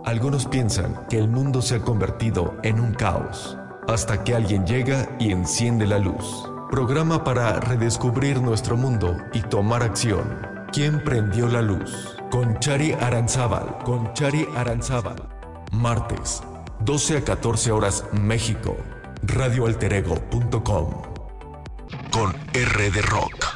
Algunos piensan que el mundo se ha convertido en un caos, hasta que alguien llega y enciende la luz. Programa para redescubrir nuestro mundo y tomar acción. ¿Quién prendió la luz? Con Chari Aranzábal. Martes, 12 a 14 horas México. Radioalterego.com. Con R de Rock.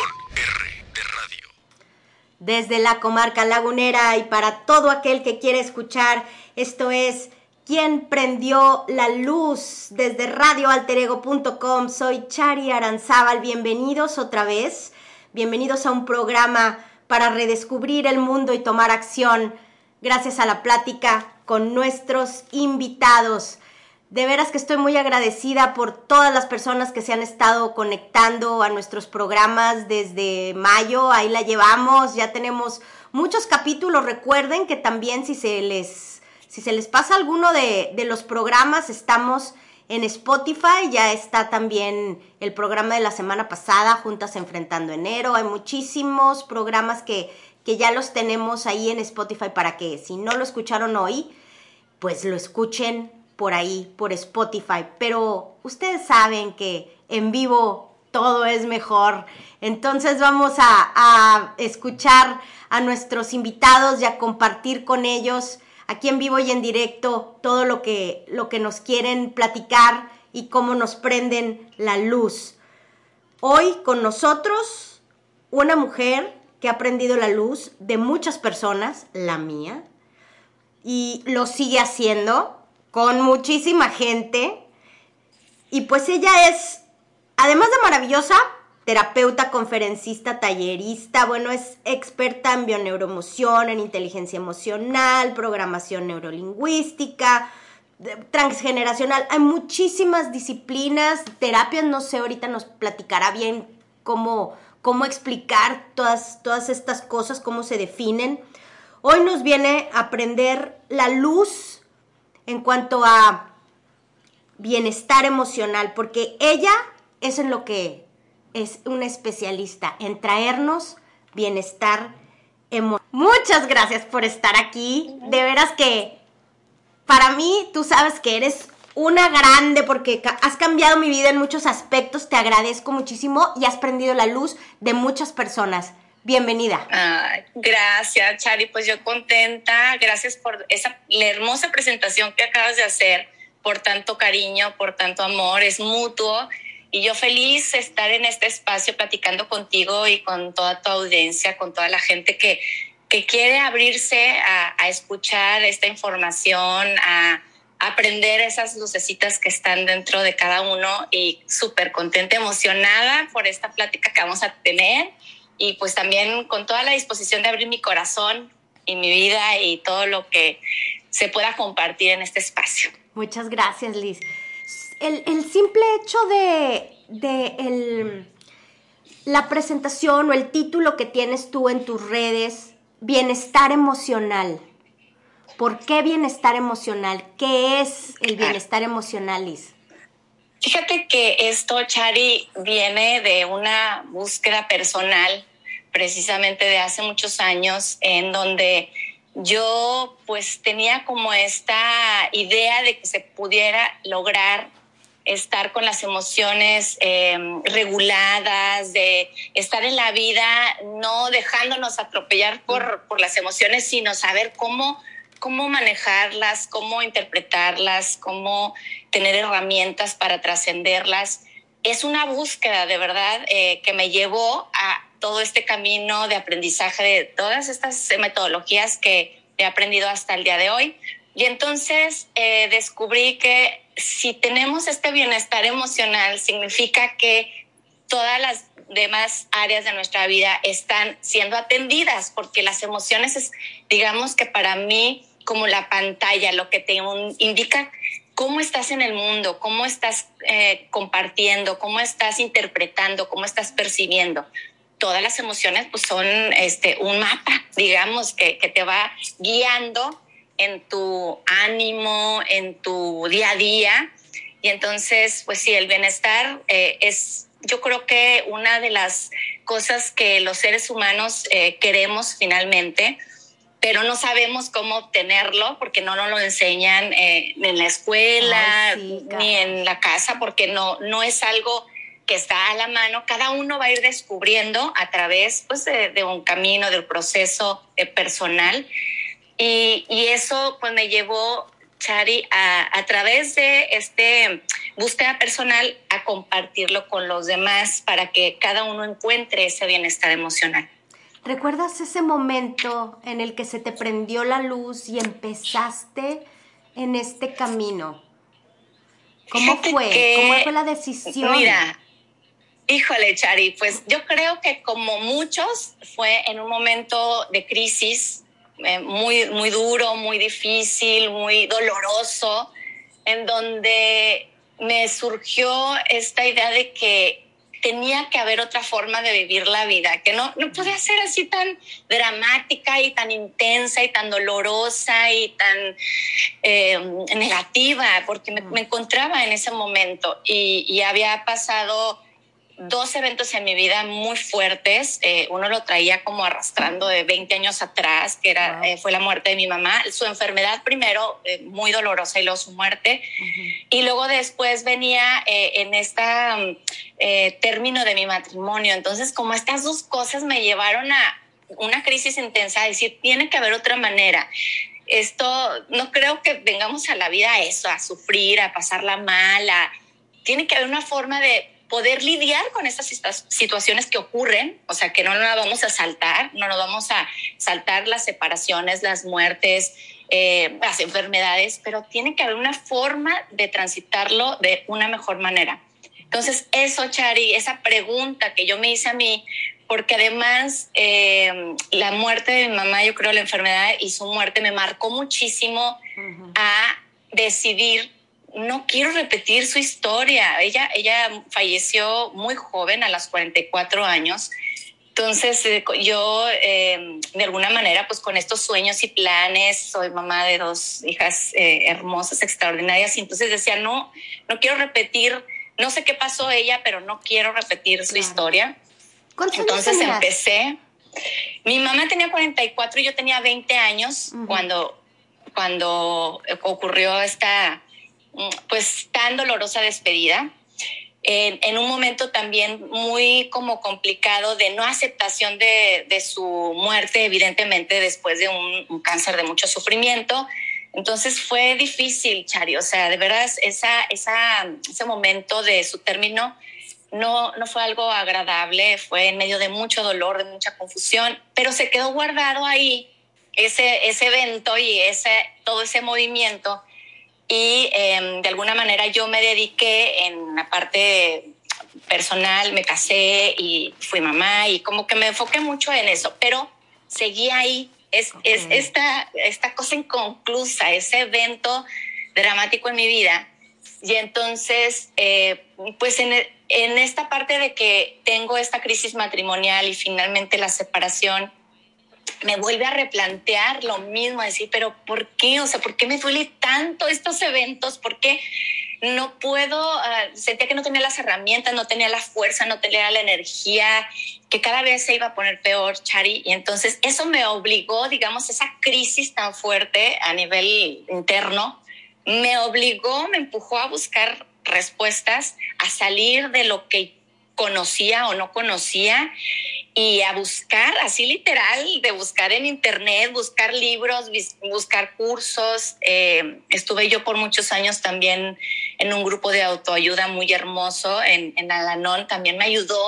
Desde la comarca lagunera y para todo aquel que quiere escuchar, esto es ¿Quién prendió la luz? Desde radioalterego.com. Soy Chari Aranzábal, bienvenidos otra vez, bienvenidos a un programa para redescubrir el mundo y tomar acción, gracias a la plática con nuestros invitados. De veras que estoy muy agradecida por todas las personas que se han estado conectando a nuestros programas desde mayo. Ahí la llevamos, ya tenemos muchos capítulos. Recuerden que también si se les pasa alguno de los programas, estamos en Spotify. Ya está también el programa de la semana pasada, Juntas Enfrentando Enero. Hay muchísimos programas que ya los tenemos ahí en Spotify para que si no lo escucharon hoy, pues lo escuchen por ahí, por Spotify, pero ustedes saben que en vivo todo es mejor. Entonces vamos a escuchar a nuestros invitados y a compartir con ellos aquí en vivo y en directo todo lo que nos quieren platicar y cómo nos prenden la luz. Hoy con nosotros una mujer que ha prendido la luz de muchas personas, la mía, y lo sigue haciendo con muchísima gente. Y pues ella es, además de maravillosa, terapeuta, conferencista, tallerista, bueno, es experta en bioneuroemoción, en inteligencia emocional, programación neurolingüística, transgeneracional. Hay muchísimas disciplinas, terapias, no sé, ahorita nos platicará bien cómo explicar todas estas cosas, cómo se definen. Hoy nos viene a prender la luz en cuanto a bienestar emocional, porque ella es en lo que es una especialista, en traernos bienestar emocional. Muchas gracias por estar aquí. De veras que para mí, tú sabes que eres una grande porque has cambiado mi vida en muchos aspectos. Te agradezco muchísimo y has prendido la luz de muchas personas. Bienvenida. Gracias, Chari. Pues yo contenta. Gracias por la hermosa presentación que acabas de hacer, por tanto cariño, por tanto amor. Es mutuo. Y yo feliz de estar en este espacio platicando contigo y con toda tu audiencia, con toda la gente que quiere abrirse a escuchar esta información, a aprender esas lucecitas que están dentro de cada uno. Y súper contenta, emocionada por esta plática que vamos a tener. Y pues también con toda la disposición de abrir mi corazón y mi vida y todo lo que se pueda compartir en este espacio. Muchas gracias, Liz. El simple hecho de la presentación o el título que tienes tú en tus redes, bienestar emocional. ¿Por qué bienestar emocional? ¿Qué es el bienestar emocional, Liz? Fíjate que esto, Chari, viene de una búsqueda personal, precisamente de hace muchos años, en donde yo pues tenía como esta idea de que se pudiera lograr estar con las emociones reguladas, de estar en la vida no dejándonos atropellar por las emociones, sino saber cómo manejarlas, cómo interpretarlas, cómo tener herramientas para trascenderlas. Es una búsqueda de verdad que me llevó a todo este camino de aprendizaje de todas estas metodologías que he aprendido hasta el día de hoy. Y entonces descubrí que si tenemos este bienestar emocional, significa que todas las demás áreas de nuestra vida están siendo atendidas, porque las emociones es, digamos que para mí, como la pantalla, lo que te indica cómo estás en el mundo, cómo estás compartiendo, cómo estás interpretando, cómo estás percibiendo. Todas las emociones pues son un mapa, digamos, que te va guiando en tu ánimo, en tu día a día. Y entonces, pues sí, el bienestar es, yo creo que una de las cosas que los seres humanos queremos finalmente, pero no sabemos cómo obtenerlo porque no nos lo enseñan en la escuela ni en la casa, porque no es algo que está a la mano. Cada uno va a ir descubriendo a través pues, de un camino, del proceso personal. Y eso pues me llevó, Chari, a través de búsqueda personal, a compartirlo con los demás para que cada uno encuentre ese bienestar emocional. ¿Recuerdas ese momento en el que se te prendió la luz y empezaste en este camino? ¿Cómo fue? ¿Cómo fue la decisión? Mira, híjole, Chari, pues yo creo que como muchos fue en un momento de crisis muy, muy duro, muy difícil, muy doloroso, en donde me surgió esta idea de que tenía que haber otra forma de vivir la vida, que no podía ser así tan dramática y tan intensa y tan dolorosa y tan negativa, porque me encontraba en ese momento y había pasado 2 eventos en mi vida muy fuertes. Uno lo traía como arrastrando de 20 años atrás, que fue la muerte de mi mamá, su enfermedad primero, muy dolorosa, y luego su muerte. Y luego después venía en término de mi matrimonio. Entonces, como estas 2 cosas me llevaron a una crisis intensa, a decir, tiene que haber otra manera. No creo que vengamos a la vida a sufrir, a pasarla mal, tiene que haber una forma de poder lidiar con estas situaciones que ocurren, o sea, que no nos vamos a saltar, no nos vamos a saltar las separaciones, las muertes, las enfermedades, pero tiene que haber una forma de transitarlo de una mejor manera. Entonces, eso, Chari, esa pregunta que yo me hice a mí, porque además la muerte de mi mamá, yo creo la enfermedad y su muerte me marcó muchísimo a decidir, no quiero repetir su historia. Ella falleció muy joven, a los 44 años. Entonces, yo, de alguna manera, pues con estos sueños y planes, soy mamá de 2 hijas hermosas, extraordinarias, y entonces decía, no quiero repetir, no sé qué pasó ella, pero no quiero repetir su historia. Entonces empecé. Mi mamá tenía 44 y yo tenía 20 años cuando ocurrió esta pues tan dolorosa despedida, en un momento también muy como complicado de no aceptación de su muerte, evidentemente después de un cáncer de mucho sufrimiento. Entonces fue difícil, Chari, o sea, de verdad ese momento de su término no fue algo agradable, fue en medio de mucho dolor, de mucha confusión, pero se quedó guardado ahí ese evento y todo ese movimiento. Y de alguna manera yo me dediqué en la parte personal, me casé y fui mamá y como que me enfoqué mucho en eso, pero seguí ahí. Es esta cosa inconclusa, ese evento dramático en mi vida. Y entonces, pues en esta parte de que tengo esta crisis matrimonial y finalmente la separación, me vuelve a replantear lo mismo, a decir, pero ¿por qué? O sea, ¿por qué me duele tanto estos eventos? ¿Por qué no puedo? Sentía que no tenía las herramientas, no tenía la fuerza, no tenía la energía, que cada vez se iba a poner peor, Chari. Y entonces eso me obligó, digamos, esa crisis tan fuerte a nivel interno, me empujó a buscar respuestas, a salir de lo que conocía o no conocía y a buscar, así literal, de buscar en internet, buscar libros, buscar cursos. Estuve yo por muchos años también en un grupo de autoayuda muy hermoso en Al-Anon. También me ayudó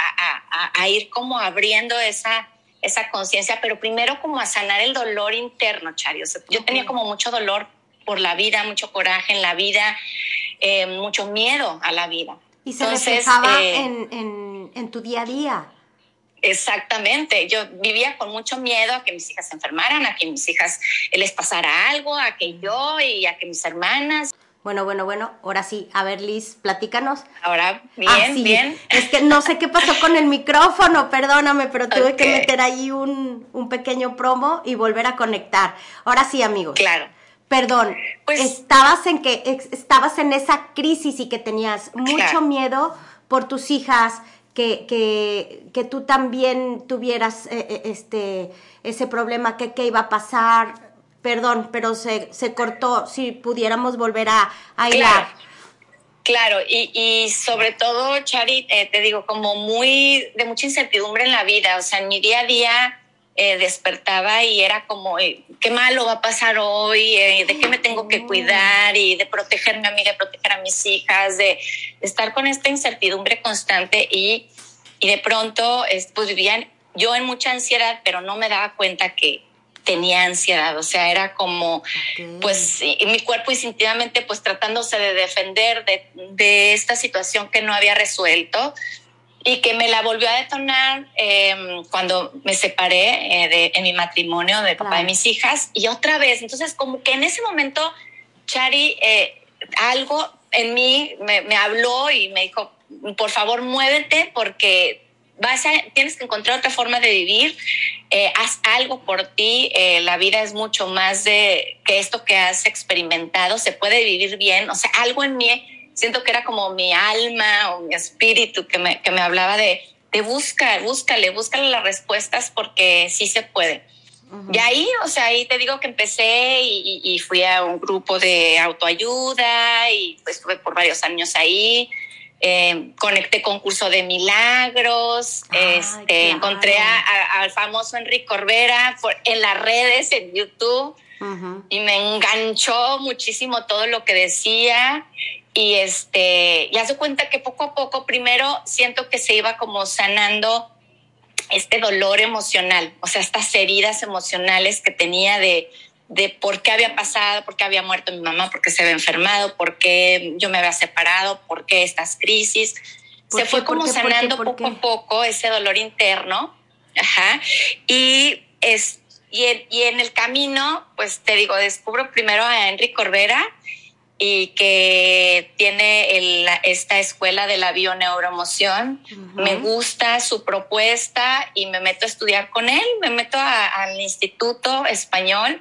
a ir como abriendo esa conciencia, pero primero como a sanar el dolor interno, Chari. O sea, yo tenía como mucho dolor por la vida, mucho coraje en la vida, mucho miedo a la vida. Y se reflejaba en tu día a día. Exactamente, yo vivía con mucho miedo a que mis hijas se enfermaran, a que mis hijas les pasara algo, a que yo y a que mis hermanas. Bueno, ahora sí, a ver, Liz, platícanos. Ahora, bien. Es que no sé qué pasó con el micrófono, perdóname, pero tuve que meter ahí un pequeño promo y volver a conectar. Ahora sí, amigos. Claro. Perdón, pues, estabas en esa crisis y que tenías mucho miedo por tus hijas, que tú también tuvieras ese problema, que qué iba a pasar. Perdón, pero se cortó, si pudiéramos volver a hilar. Claro, y sobre todo, Chari, te digo, como de mucha incertidumbre en la vida, o sea, en mi día a día despertaba y era como, qué malo va a pasar hoy, de qué me tengo que cuidar, y de protegerme a mí, de proteger a mis hijas, de estar con esta incertidumbre constante, y de pronto pues vivía yo en mucha ansiedad, pero no me daba cuenta que tenía ansiedad, o sea, era como, pues, mi cuerpo instintivamente, pues, tratándose de defender de esta situación que no había resuelto, y que me la volvió a detonar cuando me separé en mi matrimonio de papá de mis hijas, y otra vez. Entonces, como que en ese momento, Chari, algo en mí me habló y me dijo, por favor, muévete, porque tienes que encontrar otra forma de vivir, haz algo por ti, la vida es mucho más de que esto que has experimentado, se puede vivir bien. O sea, algo en mí, siento que era como mi alma o mi espíritu que me hablaba de búscale las respuestas, porque sí se puede. Uh-huh. Y ahí, o sea, ahí te digo que empecé y fui a un grupo de autoayuda, y pues estuve por varios años ahí. Conecté con Curso de Milagros, claro. Encontré al famoso Enrique Corbera en las redes, en YouTube, uh-huh. Y me enganchó muchísimo todo lo que decía, y ya se cuenta que poco a poco, primero siento que se iba como sanando este dolor emocional, o sea, estas heridas emocionales que tenía de por qué había pasado, por qué había muerto mi mamá, por qué se había enfermado, por qué yo me había separado, por qué estas crisis. Se fue como sanando poco a poco ese dolor interno. Ajá. Y en el camino, pues te digo, descubro primero a Enrique Corbera, y que tiene esta escuela de la bioneuroemoción. Uh-huh. Me gusta su propuesta y me meto a estudiar con él, me meto al Instituto Español,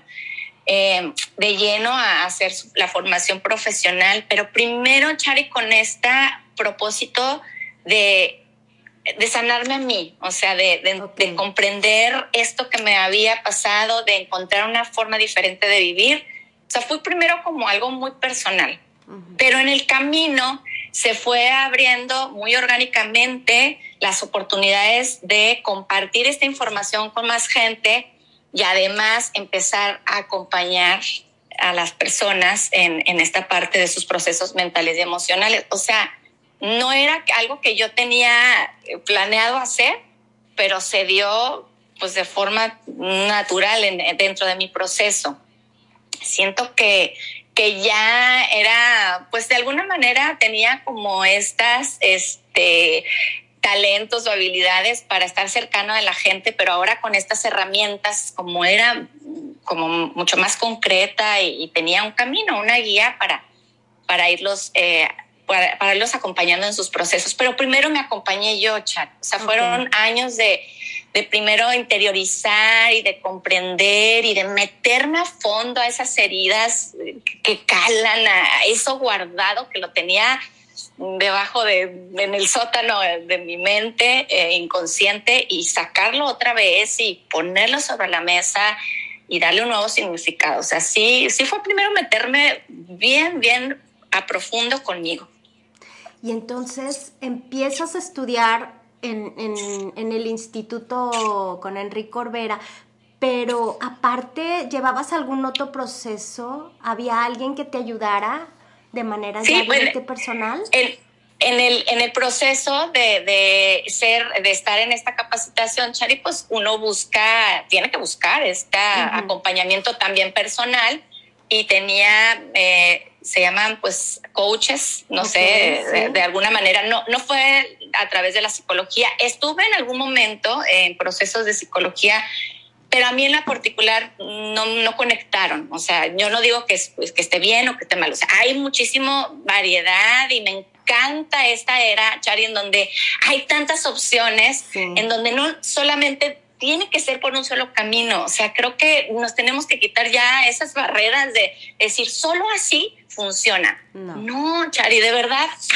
de lleno a hacer la formación profesional, pero primero, Chari, con este propósito de sanarme a mí, o sea, de comprender esto que me había pasado, de encontrar una forma diferente de vivir. O sea, fue primero como algo muy personal, uh-huh. Pero en el camino se fue abriendo muy orgánicamente las oportunidades de compartir esta información con más gente, y además empezar a acompañar a las personas en esta parte de sus procesos mentales y emocionales. O sea, no era algo que yo tenía planeado hacer, pero se dio pues de forma natural dentro de mi proceso. Siento que ya era, pues de alguna manera tenía como estas talentos o habilidades para estar cercano de la gente, pero ahora con estas herramientas, como era como mucho más concreta, y tenía un camino, una guía para irlos acompañando en sus procesos. Pero primero me acompañé yo, Char. O sea, fueron años de primero interiorizar y de comprender y de meterme a fondo a esas heridas que calan, a eso guardado que lo tenía debajo en el sótano de mi mente inconsciente, y sacarlo otra vez y ponerlo sobre la mesa y darle un nuevo significado. O sea, sí fue primero meterme bien a profundo conmigo. Y entonces empiezas a estudiar en el instituto con Enrique Corbera, pero aparte, ¿llevabas algún otro proceso? ¿Había alguien que te ayudara de manera personal? En el proceso de estar en esta capacitación, Chari, pues uno tiene que buscar uh-huh. acompañamiento también personal, y tenía, se llaman pues coaches, no sé, sí. de alguna manera, no fue a través de la psicología. Estuve en algún momento en procesos de psicología, pero a mí en la particular no conectaron. O sea, yo no digo que esté bien o que esté mal. O sea, hay muchísima variedad, y me encanta esta era, Chari, en donde hay tantas opciones, sí. En donde no solamente tiene que ser por un solo camino. O sea, creo que nos tenemos que quitar ya esas barreras de decir solo así funciona. No, Chari, de verdad hay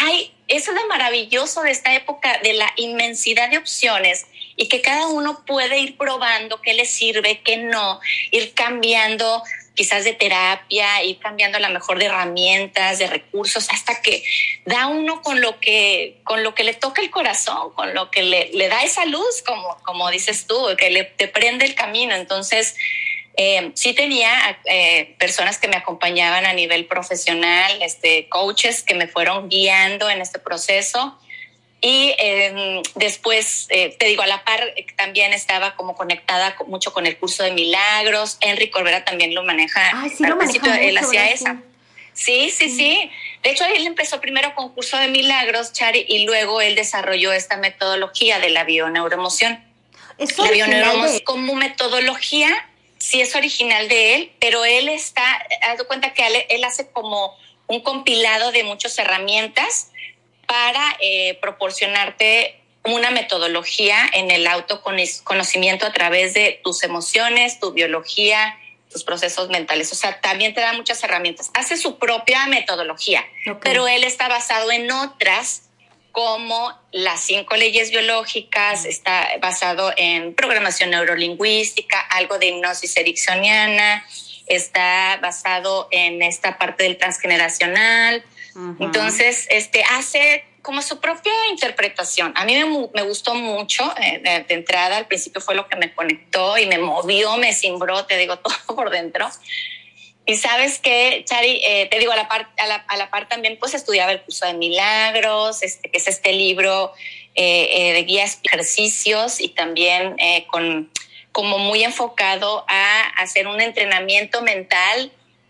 eso es lo maravilloso de esta época, de la inmensidad de opciones y que cada uno puede ir probando qué le sirve, qué no, ir cambiando quizás de terapia, ir cambiando a lo mejor de herramientas, de recursos, hasta que da uno con lo que le toca el corazón, con lo que le da esa luz, como dices tú, que te prende el camino. Entonces, sí tenía personas que me acompañaban a nivel profesional, coaches que me fueron guiando en este proceso. Y después, te digo, a la par también estaba como conectada mucho con el curso de milagros. Enrique Corbera también lo maneja. Ay, sí, lo maneja mucho, él hacía ¿verdad? esa. Sí. De hecho, él empezó primero con curso de milagros, Chari, y luego él desarrolló esta metodología de la bioneuroemoción. La bioneuroemoción como metodología sí es original de él, pero él haz de cuenta que él hace como un compilado de muchas herramientas para proporcionarte una metodología en el autoconocimiento a través de tus emociones, tu biología, tus procesos mentales. O sea, también te da muchas herramientas. Hace su propia metodología, pero él está basado en otras, como las 5 leyes biológicas, está basado en programación neurolingüística, algo de hipnosis ericksoniana, está basado en esta parte del transgeneracional. Uh-huh. Entonces, hace como su propia interpretación. A mí me gustó mucho de entrada. Al principio fue lo que me conectó y me movió, me cimbró, te digo, todo por dentro. Y sabes qué, Chari, te digo, a la par también pues estudiaba el curso de milagros, que es este libro de guías, ejercicios, y también como muy enfocado a hacer un entrenamiento mental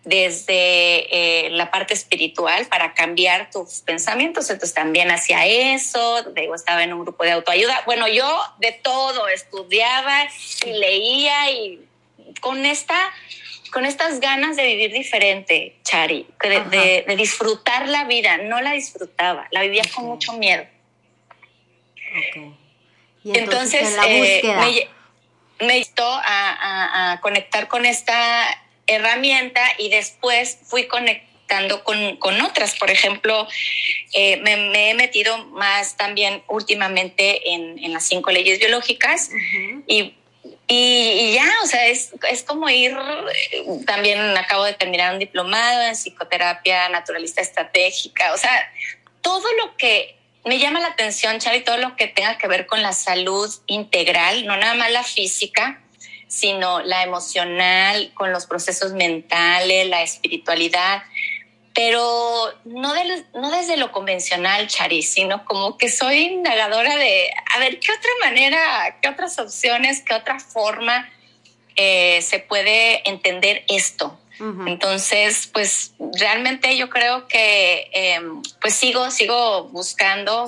desde la parte espiritual para cambiar tus pensamientos. Entonces también hacía eso, digo, estaba en un grupo de autoayuda. Bueno, yo de todo estudiaba y leía, y con estas ganas de vivir diferente, Chari, de disfrutar la vida. No la disfrutaba, la vivía con mucho miedo. Y entonces en la búsqueda me ayudó a conectar con esta herramienta, y después fui conectando con otras. Por ejemplo, me he metido más también últimamente en las 5 leyes biológicas. Uh-huh. Y ya, o sea, es como ir, también acabo de terminar un diplomado en psicoterapia naturalista estratégica. O sea, todo lo que me llama la atención, Chari, todo lo que tenga que ver con la salud integral, no nada más la física, sino la emocional, con los procesos mentales, la espiritualidad, pero no desde lo convencional, Chari, sino como que soy indagadora de, a ver, ¿qué otra manera, qué otras opciones, qué otra forma se puede entender esto? Uh-huh. Entonces, pues realmente yo creo que pues sigo buscando,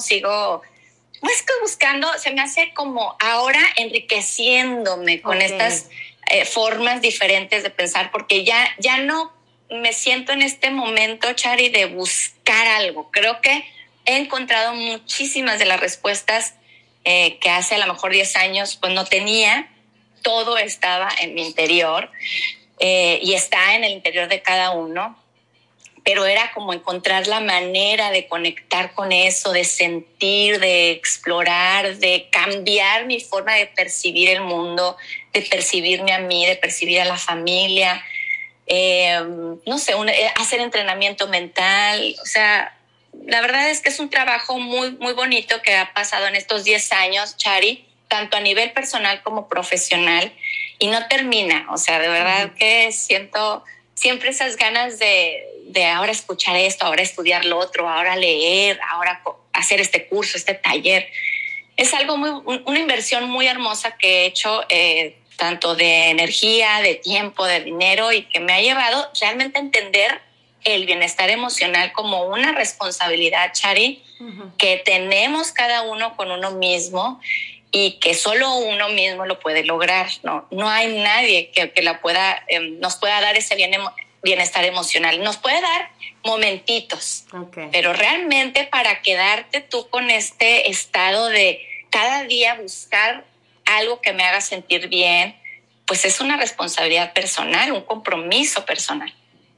se me hace como ahora enriqueciéndome con estas formas diferentes de pensar, porque ya no me siento en este momento, Chari, de buscar algo. Creo que he encontrado muchísimas de las respuestas que hace a lo mejor 10 años pues no tenía. Todo estaba en mi interior y está en el interior de cada uno, pero era como encontrar la manera de conectar con eso, de sentir, de explorar, de cambiar mi forma de percibir el mundo, de percibirme a mí, de percibir a la familia. No sé, hacer entrenamiento mental. O sea, la verdad es que es un trabajo muy, muy bonito que ha pasado en estos 10 años, Chari, tanto a nivel personal como profesional, y no termina. O sea, de verdad que siento siempre esas ganas de ahora escuchar esto, ahora estudiar lo otro, ahora leer, ahora hacer este curso, este taller. Es algo una inversión muy hermosa que he hecho, tanto de energía, de tiempo, de dinero, y que me ha llevado realmente a entender el bienestar emocional como una responsabilidad, Chari, uh-huh, que tenemos cada uno con uno mismo, y que solo uno mismo lo puede lograr. No hay nadie que nos pueda dar ese bienestar emocional. Nos puede dar momentitos, pero realmente para quedarte tú con este estado de cada día buscar algo que me haga sentir bien, pues es una responsabilidad personal, un compromiso personal.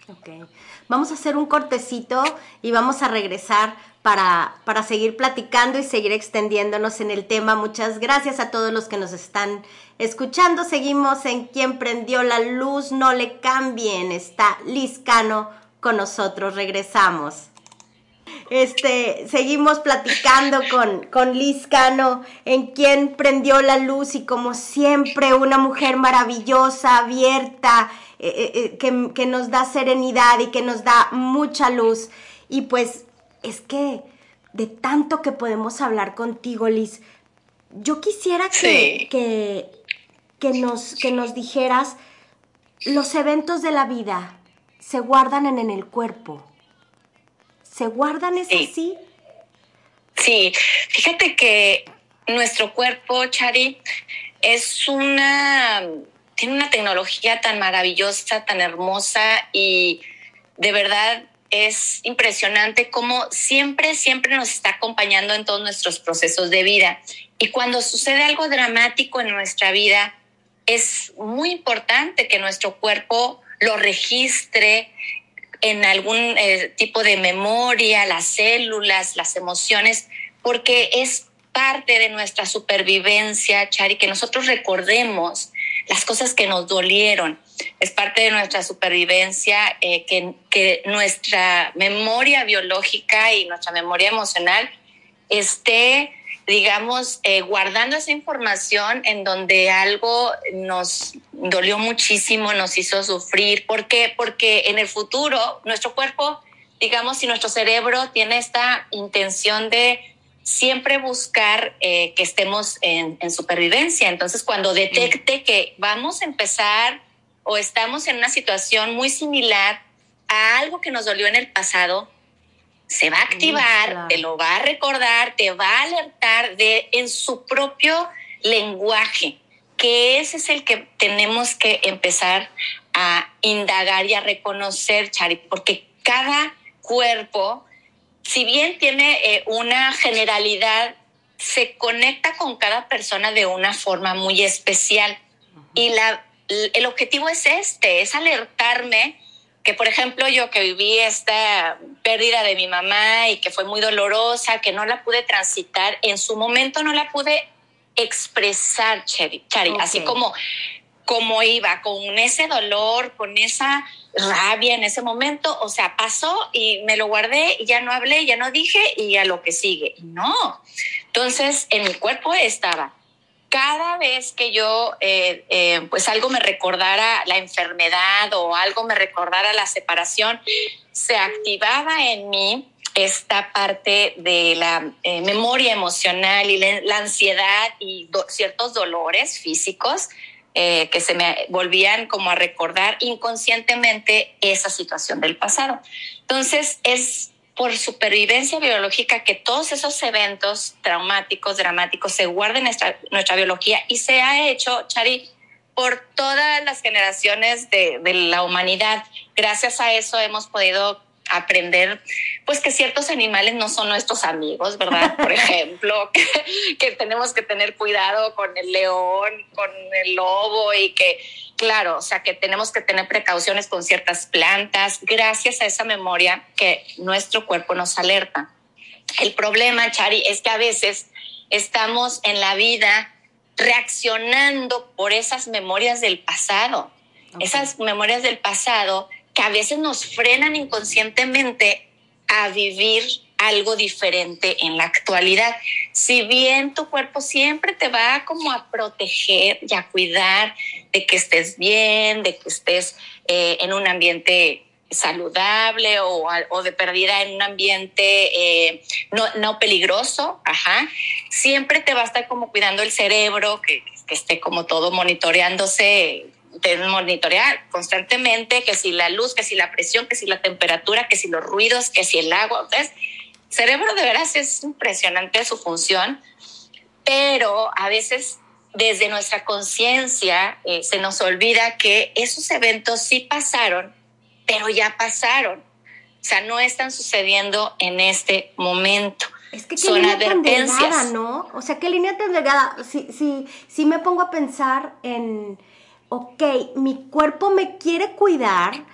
Ok, vamos a hacer un cortecito y vamos a regresar para seguir platicando y seguir extendiéndonos en el tema. Muchas gracias a todos los que nos están escuchando. Seguimos en Quien Prendió la Luz, no le cambien. Está Liz Cano con nosotros, regresamos. Seguimos platicando con Liz Cano en Quien Prendió la Luz, y como siempre una mujer maravillosa, abierta, que nos da serenidad y que nos da mucha luz. Y pues es que de tanto que podemos hablar contigo, Liz, yo quisiera que nos dijeras, los eventos de la vida se guardan en el cuerpo. ¿Se guardan, es así? Sí, fíjate que nuestro cuerpo, Chari, tiene una tecnología tan maravillosa, tan hermosa, y de verdad es impresionante cómo siempre nos está acompañando en todos nuestros procesos de vida. Y cuando sucede algo dramático en nuestra vida, es muy importante que nuestro cuerpo lo registre en algún tipo de memoria, las células, las emociones, porque es parte de nuestra supervivencia, Chari, que nosotros recordemos las cosas que nos dolieron. Es parte de nuestra supervivencia, que nuestra memoria biológica y nuestra memoria emocional esté, digamos, guardando esa información en donde algo nos dolió muchísimo, nos hizo sufrir. ¿Por qué? Porque en el futuro nuestro cuerpo, digamos, y nuestro cerebro tiene esta intención de siempre buscar que estemos en supervivencia. Entonces, cuando detecte que vamos a empezar o estamos en una situación muy similar a algo que nos dolió en el pasado, se va a activar, claro, te lo va a recordar, te va a alertar en su propio lenguaje, que ese es el que tenemos que empezar a indagar y a reconocer, Chari, porque cada cuerpo, si bien tiene una generalidad, se conecta con cada persona de una forma muy especial. Y el objetivo es es alertarme que, por ejemplo, yo que viví esta pérdida de mi mamá y que fue muy dolorosa, que no la pude transitar, en su momento no la pude expresar, Chari, okay, así como iba, con ese dolor, con esa rabia en ese momento, o sea, pasó y me lo guardé y ya no hablé, ya no dije y a lo que sigue. No, entonces en mi cuerpo estaba. Cada vez que yo, pues algo me recordara la enfermedad o algo me recordara la separación, se activaba en mí esta parte de la memoria emocional y la ansiedad y ciertos dolores físicos que se me volvían como a recordar inconscientemente esa situación del pasado. Entonces, es por supervivencia biológica que todos esos eventos traumáticos, dramáticos, se guarden en nuestra biología, y se ha hecho, Chari, por todas las generaciones de la humanidad. Gracias a eso hemos podido aprender, pues, que ciertos animales no son nuestros amigos, ¿verdad? Por ejemplo, que tenemos que tener cuidado con el león, con el lobo, y que, claro, o sea, que tenemos que tener precauciones con ciertas plantas, gracias a esa memoria que nuestro cuerpo nos alerta. El problema, Chari, es que a veces estamos en la vida reaccionando por esas memorias del pasado, esas memorias del pasado que a veces nos frenan inconscientemente a vivir algo diferente en la actualidad. Si bien tu cuerpo siempre te va como a proteger y a cuidar de que estés bien, de que estés en un ambiente saludable o de perdida en un ambiente no peligroso, siempre te va a estar como cuidando el cerebro, que esté como todo monitoreándose, de monitorear constantemente, que si la luz, que si la presión, que si la temperatura, que si los ruidos, que si el agua. Entonces, el cerebro de veras es impresionante su función, pero a veces desde nuestra conciencia se nos olvida que esos eventos sí pasaron, pero ya pasaron. O sea, no están sucediendo en este momento. Es que qué línea tan delgada, ¿no? O sea, qué línea tan delgada. Si me pongo a pensar en, ok, mi cuerpo me quiere cuidar,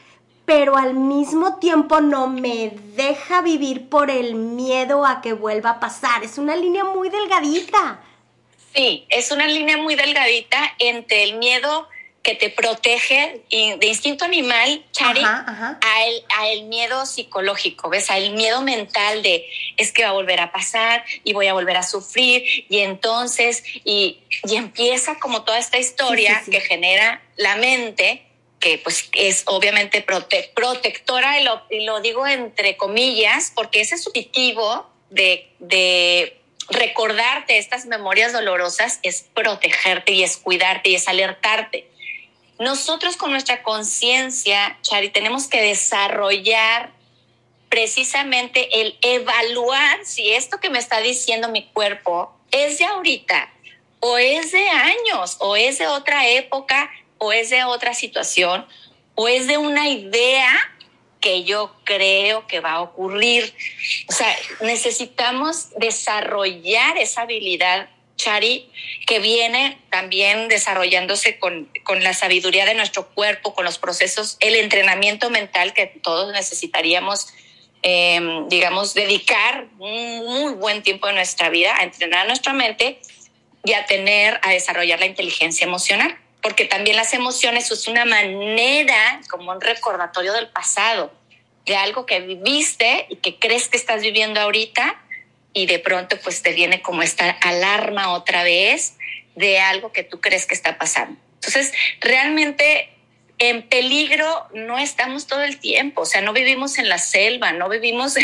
pero al mismo tiempo no me deja vivir por el miedo a que vuelva a pasar. Es una línea muy delgadita. Sí, es una línea muy delgadita entre el miedo que te protege de instinto animal, Chari, a el miedo psicológico, ¿ves? A el miedo mental de es que va a volver a pasar y voy a volver a sufrir y entonces, y empieza como toda esta historia que genera la mente, que pues es obviamente protectora, y lo digo entre comillas, porque ese es su objetivo de recordarte estas memorias dolorosas, es protegerte y es cuidarte y es alertarte. Nosotros con nuestra conciencia, Chari, tenemos que desarrollar precisamente el evaluar si esto que me está diciendo mi cuerpo es de ahorita, o es de años, o es de otra época, o es de otra situación, o es de una idea que yo creo que va a ocurrir. O sea, necesitamos desarrollar esa habilidad, Chari, que viene también desarrollándose con la sabiduría de nuestro cuerpo, con los procesos, el entrenamiento mental que todos necesitaríamos, digamos, dedicar un muy buen tiempo de nuestra vida a entrenar nuestra mente y a desarrollar la inteligencia emocional, porque también las emociones es una manera, como un recordatorio del pasado, de algo que viviste y que crees que estás viviendo ahorita, y de pronto pues te viene como esta alarma otra vez de algo que tú crees que está pasando. Entonces, realmente en peligro no estamos todo el tiempo, o sea, no vivimos en la selva, no vivimos,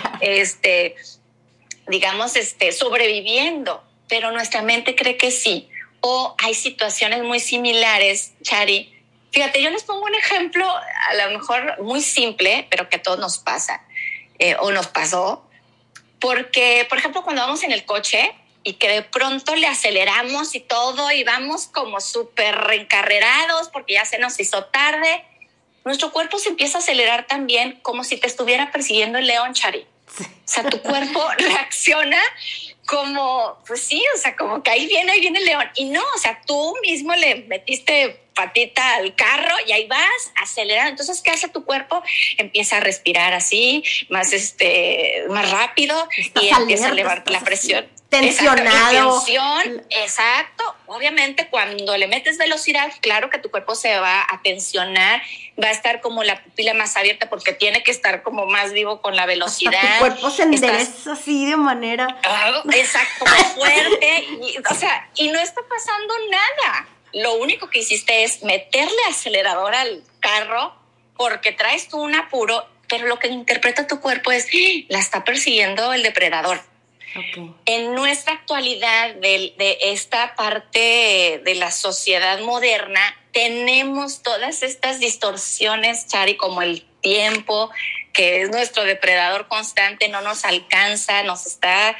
sobreviviendo, pero nuestra mente cree que sí. O hay situaciones muy similares, Chari. Fíjate, yo les pongo un ejemplo a lo mejor muy simple, pero que a todos nos pasa, o nos pasó. Porque, por ejemplo, cuando vamos en el coche y que de pronto le aceleramos y todo y vamos como súper encarrerados porque ya se nos hizo tarde, nuestro cuerpo se empieza a acelerar también como si te estuviera persiguiendo el león, Chari. O sea, tu cuerpo reacciona como, pues sí, o sea, como que ahí viene el león. Y no, o sea, tú mismo le metiste patita al carro y ahí vas acelerando. Entonces, ¿qué hace tu cuerpo? Empieza a respirar así, más rápido, estás y empieza a elevar la presión. Tensionado. Exacto. Obviamente, cuando le metes velocidad, claro que tu cuerpo se va a tensionar, va a estar como la pupila más abierta porque tiene que estar como más vivo con la velocidad. Hasta tu cuerpo se endereza así de manera... Exacto, más fuerte. Y no está pasando nada. Lo único que hiciste es meterle acelerador al carro porque traes tú un apuro, pero lo que interpreta tu cuerpo es, la está persiguiendo el depredador. Okay. En nuestra actualidad de esta parte de la sociedad moderna, tenemos todas estas distorsiones, Chari, como el tiempo, que es nuestro depredador constante, no nos alcanza, nos está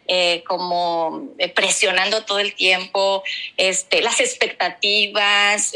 como presionando todo el tiempo, las expectativas,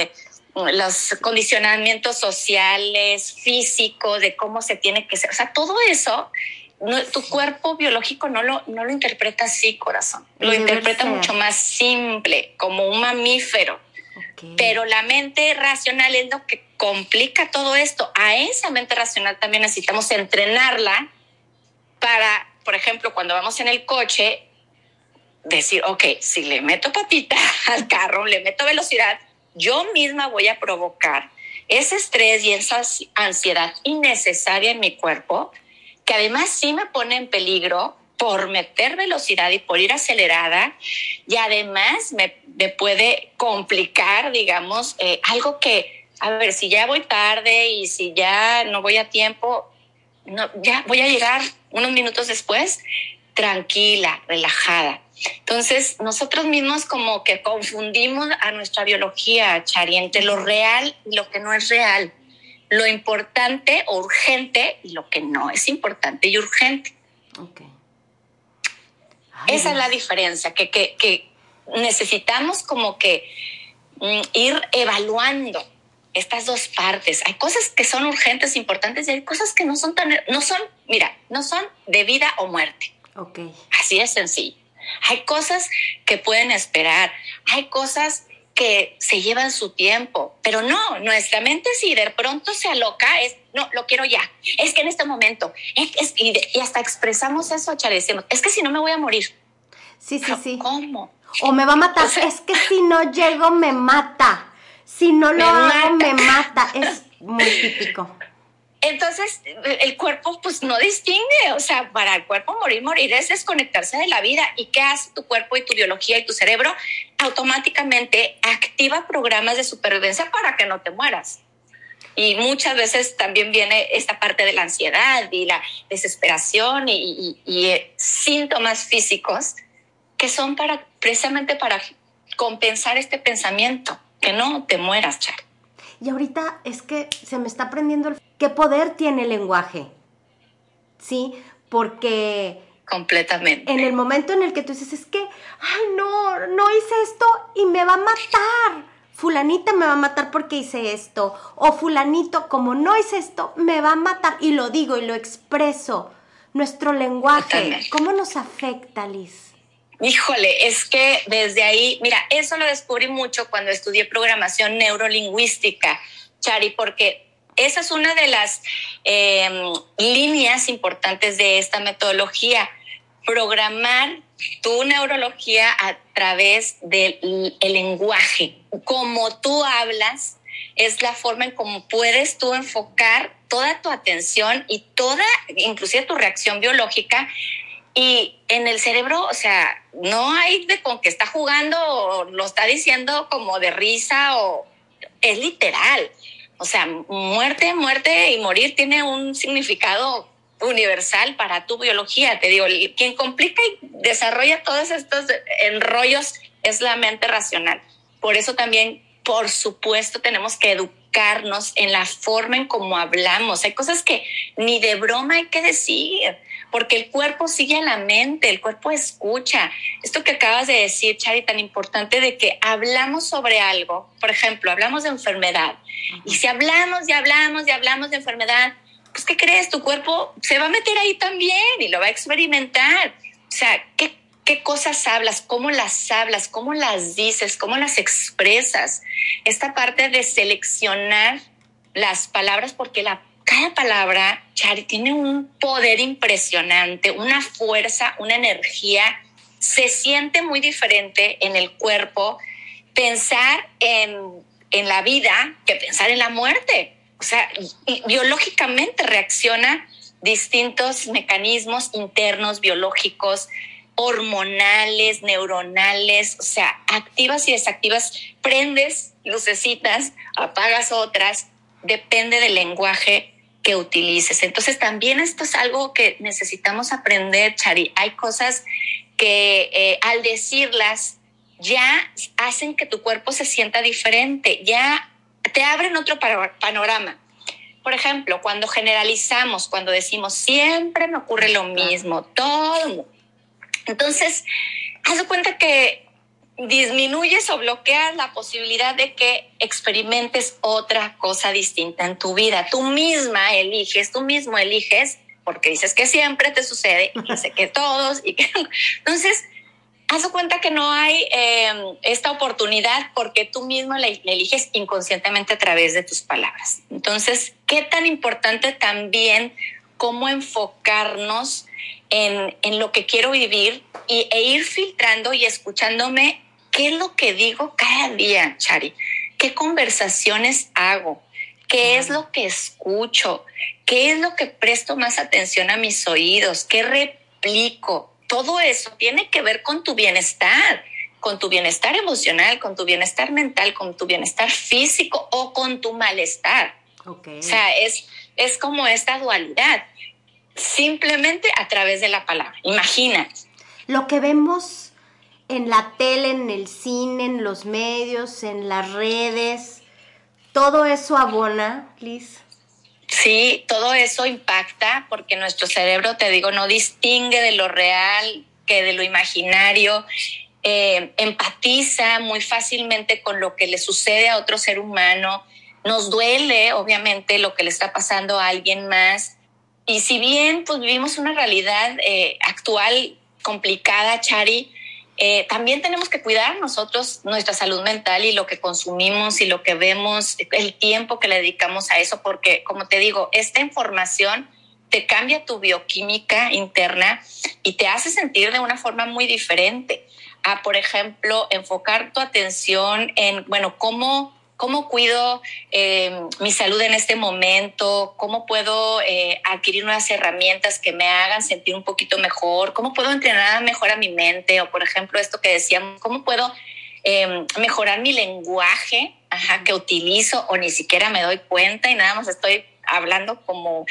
los condicionamientos sociales, físicos, de cómo se tiene que ser. O sea, todo eso, tu cuerpo biológico no lo interpreta así, corazón. Lo interpreta mucho más simple, como un mamífero. Okay. Pero la mente racional es lo que complica todo esto. A esa mente racional también necesitamos entrenarla para, por ejemplo, cuando vamos en el coche, decir, ok, si le meto patita al carro, le meto velocidad, yo misma voy a provocar ese estrés y esa ansiedad innecesaria en mi cuerpo, que además sí me pone en peligro por meter velocidad y por ir acelerada, y además me puede complicar, digamos, algo que, a ver, si ya voy tarde y si ya no voy a tiempo, ya voy a llegar unos minutos después tranquila, relajada. Entonces, nosotros mismos como que confundimos a nuestra biología, Chari, entre lo real y lo que no es real, lo importante o urgente y lo que no es importante y urgente. Okay. Esa es la diferencia, que necesitamos como que ir evaluando estas dos partes. Hay cosas que son urgentes, importantes, y hay cosas que no son de vida o muerte. Okay. Así de sencillo. Hay cosas que pueden esperar, hay cosas que se llevan su tiempo, pero no, nuestra mente si de pronto se aloca, no, lo quiero ya, es que en este momento, y hasta expresamos eso, Chari, decimos, es que si no me voy a morir. Sí. ¿Cómo? O me va a matar, es que si no llego me mata, si no lo hago me mata, es muy típico. Entonces, el cuerpo pues no distingue, o sea, para el cuerpo morir es desconectarse de la vida. ¿Y qué hace tu cuerpo y tu biología y tu cerebro? Automáticamente activa programas de supervivencia para que no te mueras. Y muchas veces también viene esta parte de la ansiedad y la desesperación y síntomas físicos que son precisamente para compensar este pensamiento, que no te mueras, Char. Y ahorita es que se me está aprendiendo qué poder tiene el lenguaje, ¿sí? Porque completamente. En el momento en el que tú dices, es que, ay, no hice esto y me va a matar. Fulanita me va a matar porque hice esto. O fulanito, como no hice esto, me va a matar. Y lo digo y lo expreso. Nuestro lenguaje, totalmente. ¿Cómo nos afecta, Liz? Híjole, es que desde ahí, mira, eso lo descubrí mucho cuando estudié programación neurolingüística, Chari, porque esa es una de las líneas importantes de esta metodología, programar tu neurología a través del lenguaje. Como tú hablas, es la forma en cómo puedes tú enfocar toda tu atención y inclusive tu reacción biológica. Y en el cerebro, o sea, no hay de con que está jugando o lo está diciendo como de risa o es literal. O sea, muerte y morir tiene un significado universal para tu biología. Te digo, quien complica y desarrolla todos estos enrollos es la mente racional. Por eso también, por supuesto, tenemos que educarnos en la forma en cómo hablamos. Hay cosas que ni de broma hay que decir, porque el cuerpo sigue a la mente, el cuerpo escucha. Esto que acabas de decir, Chari, tan importante de que hablamos sobre algo, por ejemplo, hablamos de enfermedad, y si hablamos de enfermedad, pues, ¿qué crees? Tu cuerpo se va a meter ahí también y lo va a experimentar. O sea, ¿qué cosas hablas? ¿Cómo las dices? ¿Cómo las expresas? Esta parte de seleccionar las palabras, porque cada palabra, Chari, tiene un poder impresionante, una fuerza, una energía. Se siente muy diferente en el cuerpo pensar en la vida que pensar en la muerte. O sea, biológicamente reacciona distintos mecanismos internos, biológicos, hormonales, neuronales, o sea, activas y desactivas, prendes lucecitas, apagas otras, depende del lenguaje que utilices. Entonces también esto es algo que necesitamos aprender, Chari. Hay cosas que al decirlas ya hacen que tu cuerpo se sienta diferente, ya te abren otro panorama. Por ejemplo, cuando generalizamos, cuando decimos siempre me ocurre lo mismo, todo. Entonces, haz de cuenta que disminuyes o bloqueas la posibilidad de que experimentes otra cosa distinta en tu vida. Tú mismo eliges, porque dices que siempre te sucede, y dice que todos, entonces, haz de cuenta que no hay esta oportunidad porque tú mismo la eliges inconscientemente a través de tus palabras. Entonces, qué tan importante también cómo enfocarnos en lo que quiero vivir e ir filtrando y escuchándome qué es lo que digo cada día, Chari, qué conversaciones hago, qué es lo que escucho, qué es lo que presto más atención a mis oídos, qué replico. Todo eso tiene que ver con tu bienestar emocional, con tu bienestar mental, con tu bienestar físico o con tu malestar. Okay. O sea, es como esta dualidad, simplemente a través de la palabra. Imagina. Lo que vemos en la tele, en el cine, en los medios, en las redes, todo eso abona, Liz. Sí, todo eso impacta porque nuestro cerebro, te digo, no distingue de lo real que de lo imaginario, empatiza muy fácilmente con lo que le sucede a otro ser humano, nos duele obviamente lo que le está pasando a alguien más, y si bien pues vivimos una realidad actual complicada, Chari, también tenemos que cuidar nosotros nuestra salud mental y lo que consumimos y lo que vemos, el tiempo que le dedicamos a eso, porque como te digo, esta información te cambia tu bioquímica interna y te hace sentir de una forma muy diferente a, por ejemplo, enfocar tu atención en, bueno, cómo cuido mi salud en este momento, cómo puedo adquirir nuevas herramientas que me hagan sentir un poquito mejor, cómo puedo entrenar mejor a mi mente, o por ejemplo esto que decíamos, cómo puedo mejorar mi lenguaje que utilizo o ni siquiera me doy cuenta y nada más estoy hablando como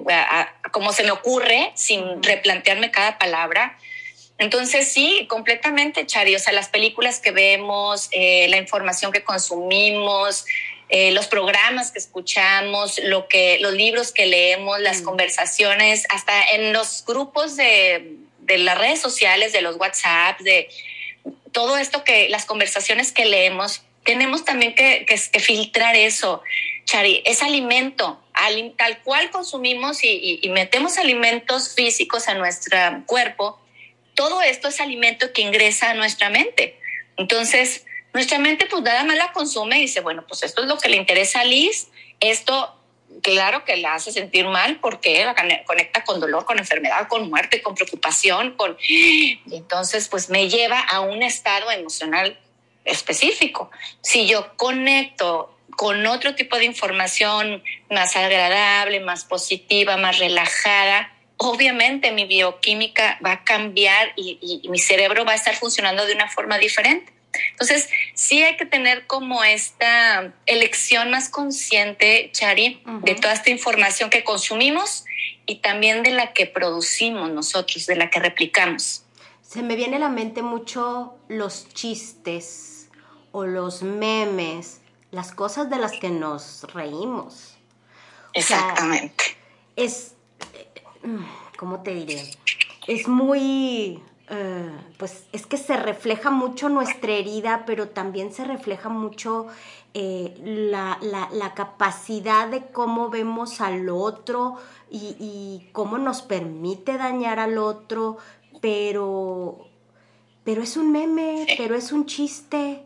se me ocurre sin replantearme cada palabra. Entonces sí, completamente, Chari, o sea, las películas que vemos, la información que consumimos, los programas que escuchamos, los libros que leemos, las conversaciones, hasta en los grupos de las redes sociales, de los WhatsApp, de todo esto las conversaciones que leemos, tenemos también que filtrar eso, Chari, es alimento, tal cual consumimos y metemos alimentos físicos a nuestro cuerpo. Todo esto es alimento que ingresa a nuestra mente. Entonces, nuestra mente pues nada más la consume y dice, bueno, pues esto es lo que le interesa a Liz. Esto, claro que la hace sentir mal porque la conecta con dolor, con enfermedad, con muerte, con preocupación. Y entonces, pues me lleva a un estado emocional específico. Si yo conecto con otro tipo de información más agradable, más positiva, más relajada, obviamente mi bioquímica va a cambiar y mi cerebro va a estar funcionando de una forma diferente. Entonces, sí hay que tener como esta elección más consciente, Chari, de toda esta información que consumimos y también de la que producimos nosotros, de la que replicamos. Se me viene a la mente mucho los chistes o los memes, las cosas de las que nos reímos. Exactamente. O sea, ¿cómo te diré? Es muy, pues es que se refleja mucho nuestra herida, pero también se refleja mucho la capacidad de cómo vemos al otro y cómo nos permite dañar al otro, pero es un meme, pero es un chiste.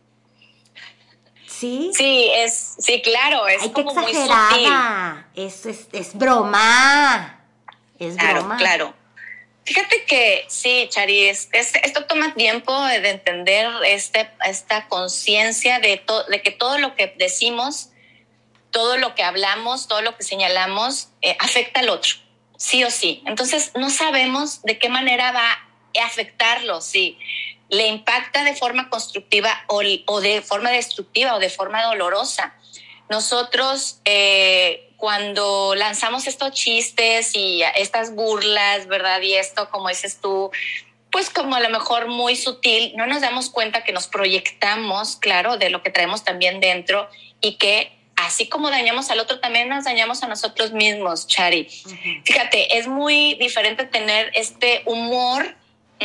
¿Sí? Sí, claro, es como muy sutil. Es broma. Es broma. Claro. Fíjate que sí, Chari, esto toma tiempo de entender esta conciencia de que todo lo que decimos, todo lo que hablamos, todo lo que señalamos afecta al otro, sí o sí. Entonces no sabemos de qué manera va a afectarlo, si le impacta de forma constructiva o de forma destructiva o de forma dolorosa. Nosotros cuando lanzamos estos chistes y estas burlas, ¿verdad? Y esto, como dices tú, pues como a lo mejor muy sutil, no nos damos cuenta que nos proyectamos, claro, de lo que traemos también dentro y que así como dañamos al otro, también nos dañamos a nosotros mismos, Chari. Fíjate, es muy diferente tener este humor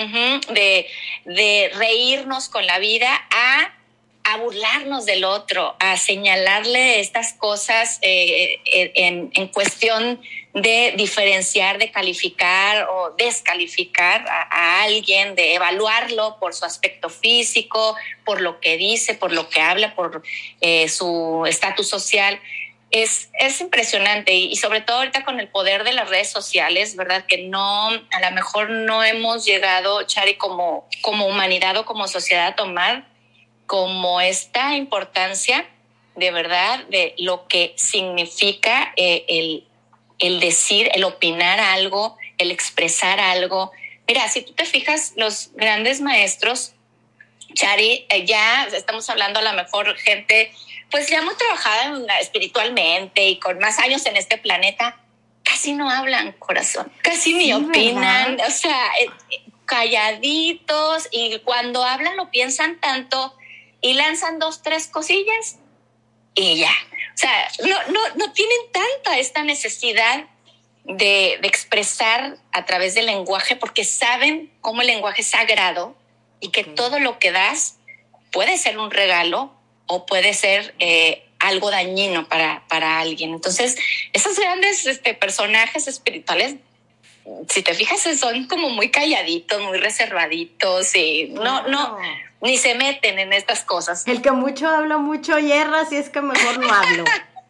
de reírnos con la vida a burlarnos del otro, a señalarle estas cosas en cuestión de diferenciar, de calificar o descalificar a alguien, de evaluarlo por su aspecto físico, por lo que dice, por lo que habla, por su estatus social. Es impresionante y sobre todo ahorita con el poder de las redes sociales, ¿verdad? Que a lo mejor no hemos llegado, Chari, como humanidad o como sociedad a tomar como esta importancia de verdad de lo que significa el decir, el opinar algo, el expresar algo. Mira, si tú te fijas, los grandes maestros, Chari, ya estamos hablando a lo mejor gente pues ya muy trabajada espiritualmente y con más años en este planeta, casi no hablan, corazón, casi ni opinan, ¿verdad? O sea, calladitos, y cuando hablan lo piensan tanto y lanzan 2, 3 cosillas y ya. O sea, no tienen tanta esta necesidad de expresar a través del lenguaje, porque saben cómo el lenguaje es sagrado y que todo lo que das puede ser un regalo o puede ser algo dañino para alguien. Entonces, esos grandes personajes espirituales si te fijas, son como muy calladitos, muy reservaditos y no, ni se meten en estas cosas. El que mucho habla, mucho hierra, así es que mejor no hablo.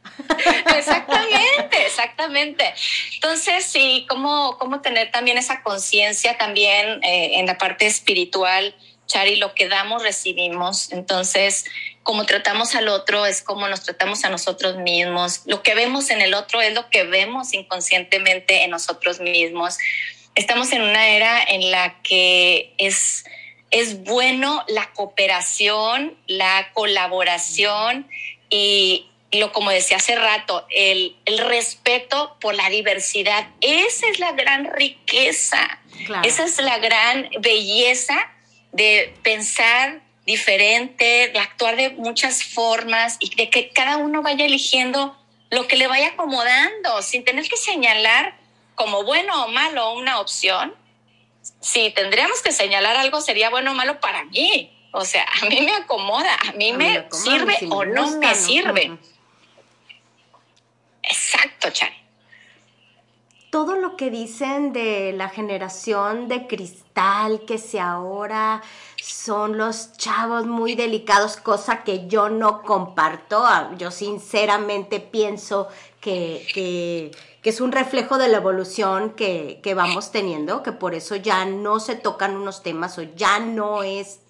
Exactamente. Entonces, sí, cómo tener también esa conciencia también en la parte espiritual, Chari, lo que damos, recibimos. Entonces, como tratamos al otro es como nos tratamos a nosotros mismos. Lo que vemos en el otro es lo que vemos inconscientemente en nosotros mismos. Estamos en una era en la que es bueno la cooperación, la colaboración y como decía hace rato, el respeto por la diversidad. Esa es la gran riqueza. Claro. Esa es la gran belleza de pensar diferente, de actuar de muchas formas y de que cada uno vaya eligiendo lo que le vaya acomodando sin tener que señalar como bueno o malo una opción. Si tendríamos que señalar algo, sería bueno o malo para mí. O sea, a mí me acomoda, a mí me sirve si o no me sirve. Exacto, Chari. Todo lo que dicen de la generación de cristal, que si ahora son los chavos muy delicados, cosa que yo no comparto. Yo sinceramente pienso que es un reflejo de la evolución que vamos teniendo, que por eso ya no se tocan unos temas o ya no es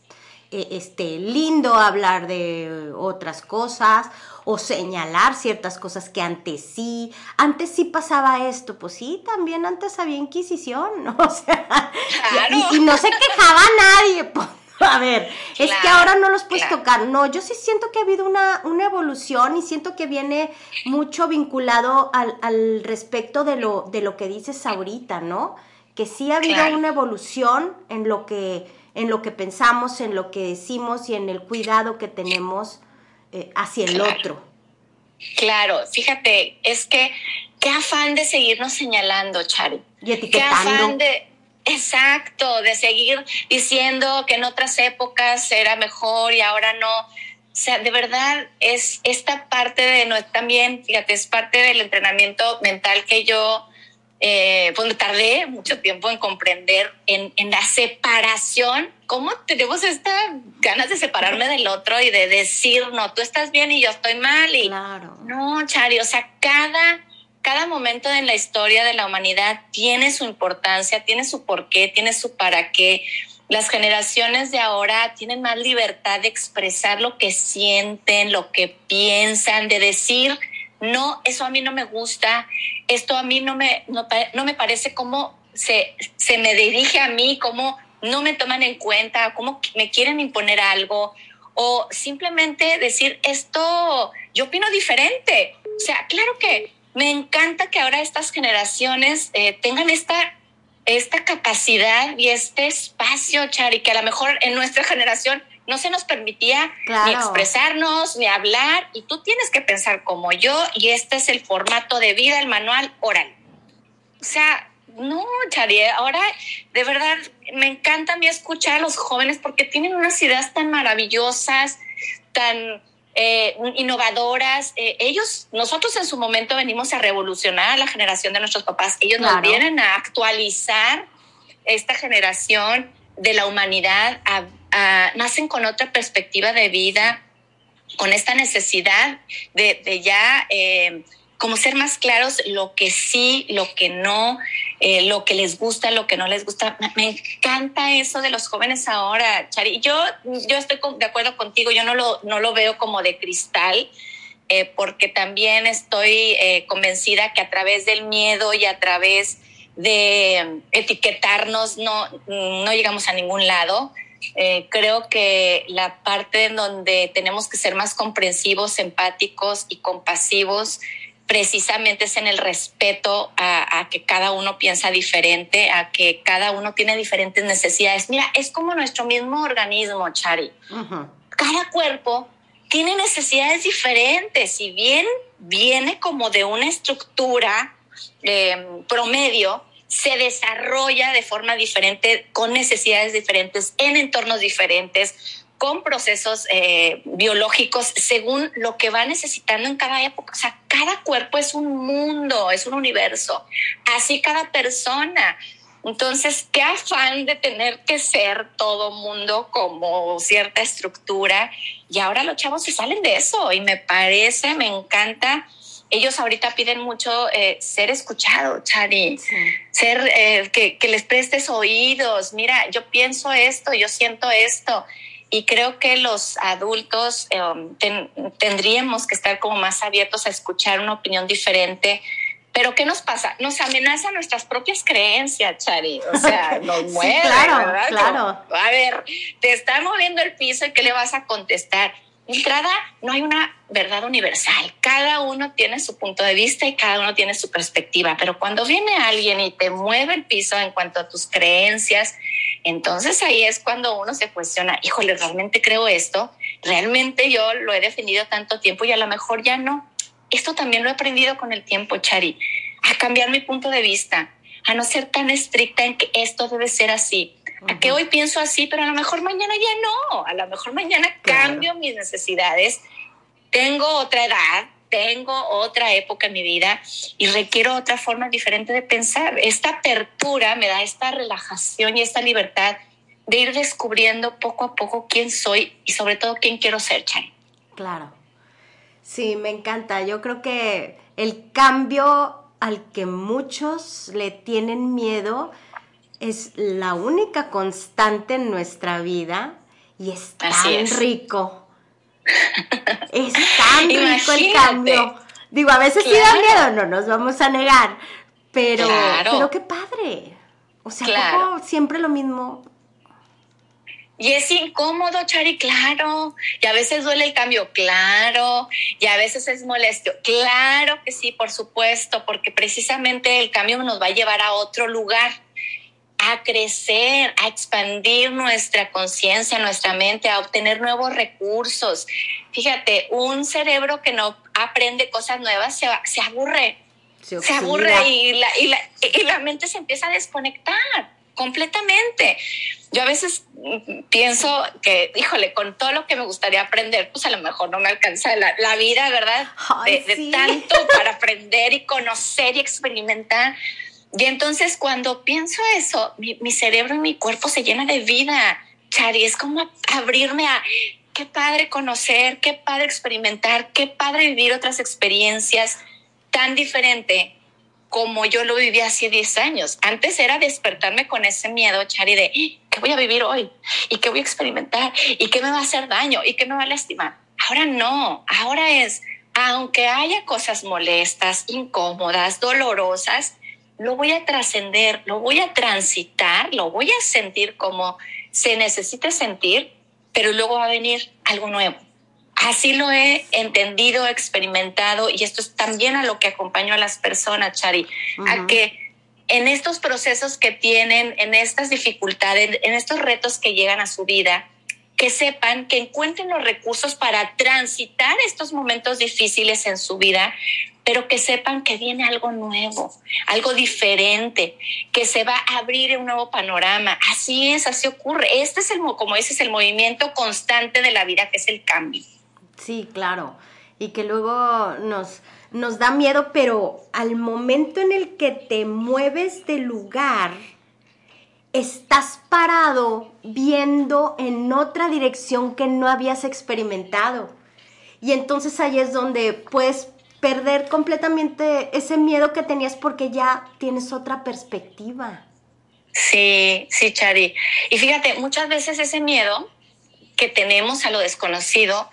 lindo hablar de otras cosas o señalar ciertas cosas que antes sí pasaba esto, pues sí, también antes había Inquisición, ¿no? O sea, claro. y no se quejaba nadie, pues. A ver, claro, es que ahora no los puedes tocar. No, yo sí siento que ha habido una evolución y siento que viene mucho vinculado al respecto de lo que dices ahorita, ¿no? Que sí ha habido una evolución en lo que pensamos, en lo que decimos y en el cuidado que tenemos hacia el otro. Claro, fíjate, es que qué afán de seguirnos señalando, Chari. Y etiquetando. Qué afán de seguir diciendo que en otras épocas era mejor y ahora no. O sea, de verdad es esta parte también, fíjate, es parte del entrenamiento mental que yo pues me tardé mucho tiempo en comprender en la separación, cómo tenemos estas ganas de separarme del otro y de decir, no, tú estás bien y yo estoy mal. Y claro. No, Chari, o sea, cada momento en la historia de la humanidad tiene su importancia, tiene su porqué, tiene su para qué. Las generaciones de ahora tienen más libertad de expresar lo que sienten, lo que piensan, de decir, no, eso a mí no me gusta, esto a mí no me parece cómo se me dirige a mí, cómo no me toman en cuenta, cómo me quieren imponer algo, o simplemente decir, esto, yo opino diferente. O sea, claro que me encanta que ahora estas generaciones tengan esta capacidad y este espacio, Chari, que a lo mejor en nuestra generación no se nos permitía ni expresarnos, ni hablar, y tú tienes que pensar como yo, y este es el formato de vida, el manual oral. O sea, no, Chari, ahora de verdad me encanta a mí escuchar a los jóvenes porque tienen unas ideas tan maravillosas, tan innovadoras. Nosotros en su momento venimos a revolucionar a la generación de nuestros papás. Ellos nos vienen a actualizar esta generación de la humanidad, nacen con otra perspectiva de vida, con esta necesidad de ya como ser más claros lo que sí, lo que no, lo que les gusta, lo que no les gusta. Me encanta eso de los jóvenes ahora, Chari. Yo estoy de acuerdo contigo, yo no lo veo como de cristal, porque también estoy convencida que a través del miedo y a través de etiquetarnos no llegamos a ningún lado. Creo que la parte en donde tenemos que ser más comprensivos, empáticos y compasivos precisamente es en el respeto a que cada uno piensa diferente, a que cada uno tiene diferentes necesidades. Mira, es como nuestro mismo organismo, Chari. Uh-huh. Cada cuerpo tiene necesidades diferentes. Si bien viene como de una estructura promedio, se desarrolla de forma diferente, con necesidades diferentes, en entornos diferentes, con procesos biológicos según lo que va necesitando en cada época. O sea, cada cuerpo es un mundo, es un universo. Así cada persona. Entonces, qué afán de tener que ser todo mundo como cierta estructura. Y ahora los chavos se salen de eso y me encanta. Ellos ahorita piden mucho ser escuchado, Chari, sí. Ser que les prestes oídos. Mira, yo pienso esto, yo siento esto. Y creo que los adultos tendríamos que estar como más abiertos a escuchar una opinión diferente. Pero ¿qué nos pasa? Nos amenazan nuestras propias creencias, Chari. O sea, nos mueve, sí, claro, ¿verdad? Claro. Como, a ver, te está moviendo el piso y ¿qué le vas a contestar? De entrada, no hay una verdad universal. Cada uno tiene su punto de vista y cada uno tiene su perspectiva. Pero cuando viene alguien y te mueve el piso en cuanto a tus creencias, entonces ahí es cuando uno se cuestiona, híjole, ¿realmente creo esto? ¿Realmente yo lo he defendido tanto tiempo y a lo mejor ya no? Esto también lo he aprendido con el tiempo, Chari, a cambiar mi punto de vista, a no ser tan estricta en que esto debe ser así. A que hoy pienso así, pero a lo mejor mañana ya no. A lo mejor mañana cambio mis necesidades. Tengo otra edad, tengo otra época en mi vida y requiero otra forma diferente de pensar. Esta apertura me da esta relajación y esta libertad de ir descubriendo poco a poco quién soy y sobre todo quién quiero ser, Chari. Claro. Sí, me encanta. Yo creo que el cambio al que muchos le tienen miedo es la única constante en nuestra vida y es tan rico. Es tan rico el cambio. Digo, a veces sí da miedo, no nos vamos a negar, pero qué padre. O sea, ¿poco siempre lo mismo? Y es incómodo, Chari, claro. Y a veces duele el cambio, claro. Y a veces es molesto, claro que sí, por supuesto, porque precisamente el cambio nos va a llevar a otro lugar, a crecer, a expandir nuestra conciencia, nuestra mente, a obtener nuevos recursos. Fíjate, un cerebro que no aprende cosas nuevas se aburre. Se aburre y la mente se empieza a desconectar completamente. Yo a veces pienso que, híjole, con todo lo que me gustaría aprender, pues a lo mejor no me alcanza la vida, ¿verdad? De tanto para aprender y conocer y experimentar. Y entonces cuando pienso eso, mi cerebro y mi cuerpo se llena de vida, Chari. Es como abrirme a qué padre conocer, qué padre experimentar, qué padre vivir otras experiencias tan diferente como yo lo viví hace 10 años. Antes era despertarme con ese miedo, Chari, de ¿qué voy a vivir hoy? ¿Y qué voy a experimentar? ¿Y qué me va a hacer daño? ¿Y qué me va a lastimar? Ahora no, ahora es, aunque haya cosas molestas, incómodas, dolorosas, lo voy a trascender, lo voy a transitar, lo voy a sentir como se necesite sentir, pero luego va a venir algo nuevo. Así lo he entendido, experimentado, y esto es también a lo que acompaño a las personas, Chari, a que en estos procesos que tienen, en estas dificultades, en estos retos que llegan a su vida, que sepan, que encuentren los recursos para transitar estos momentos difíciles en su vida, pero que sepan que viene algo nuevo, algo diferente, que se va a abrir un nuevo panorama. Así es, así ocurre. Este es, como dices, el movimiento constante de la vida, que es el cambio. Sí, claro, y que luego nos da miedo, pero al momento en el que te mueves de lugar, estás parado viendo en otra dirección que no habías experimentado. Y entonces ahí es donde puedes perder completamente ese miedo que tenías porque ya tienes otra perspectiva. Sí, Chari. Y fíjate, muchas veces ese miedo que tenemos a lo desconocido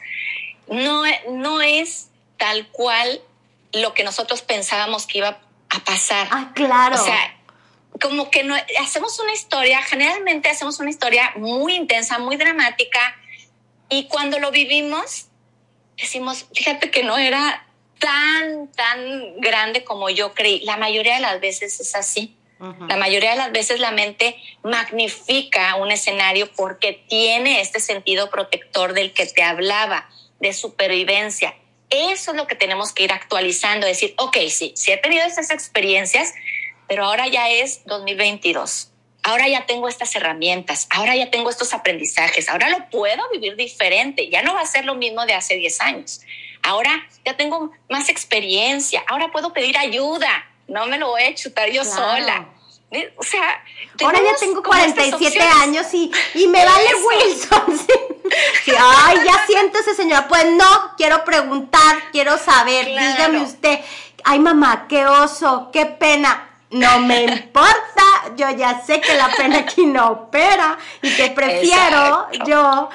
no es tal cual lo que nosotros pensábamos que iba a pasar. Ah, claro. O sea, como que no, generalmente hacemos una historia muy intensa, muy dramática, y cuando lo vivimos, decimos, fíjate que no era tan grande como yo creí. La mayoría de las veces es así. Uh-huh. La mayoría de las veces la mente magnifica un escenario porque tiene este sentido protector del que te hablaba, de supervivencia. Eso es lo que tenemos que ir actualizando, decir, ok, sí he tenido estas experiencias, pero ahora ya es 2022. ahora ya tengo estas herramientas, ahora ya tengo estos aprendizajes, ahora lo puedo vivir diferente, ya no va a ser lo mismo de hace 10 años. Ahora ya tengo más experiencia, ahora puedo pedir ayuda, no me lo voy a chutar yo sola. O sea, ahora ya tengo 47 años y me vale Wilson. Sí, ay, ya siéntese, señora. Pues no, quiero preguntar, quiero saber, dígame usted. Ay, mamá, qué oso, qué pena. No me importa, yo ya sé que la pena aquí no opera y que prefiero yo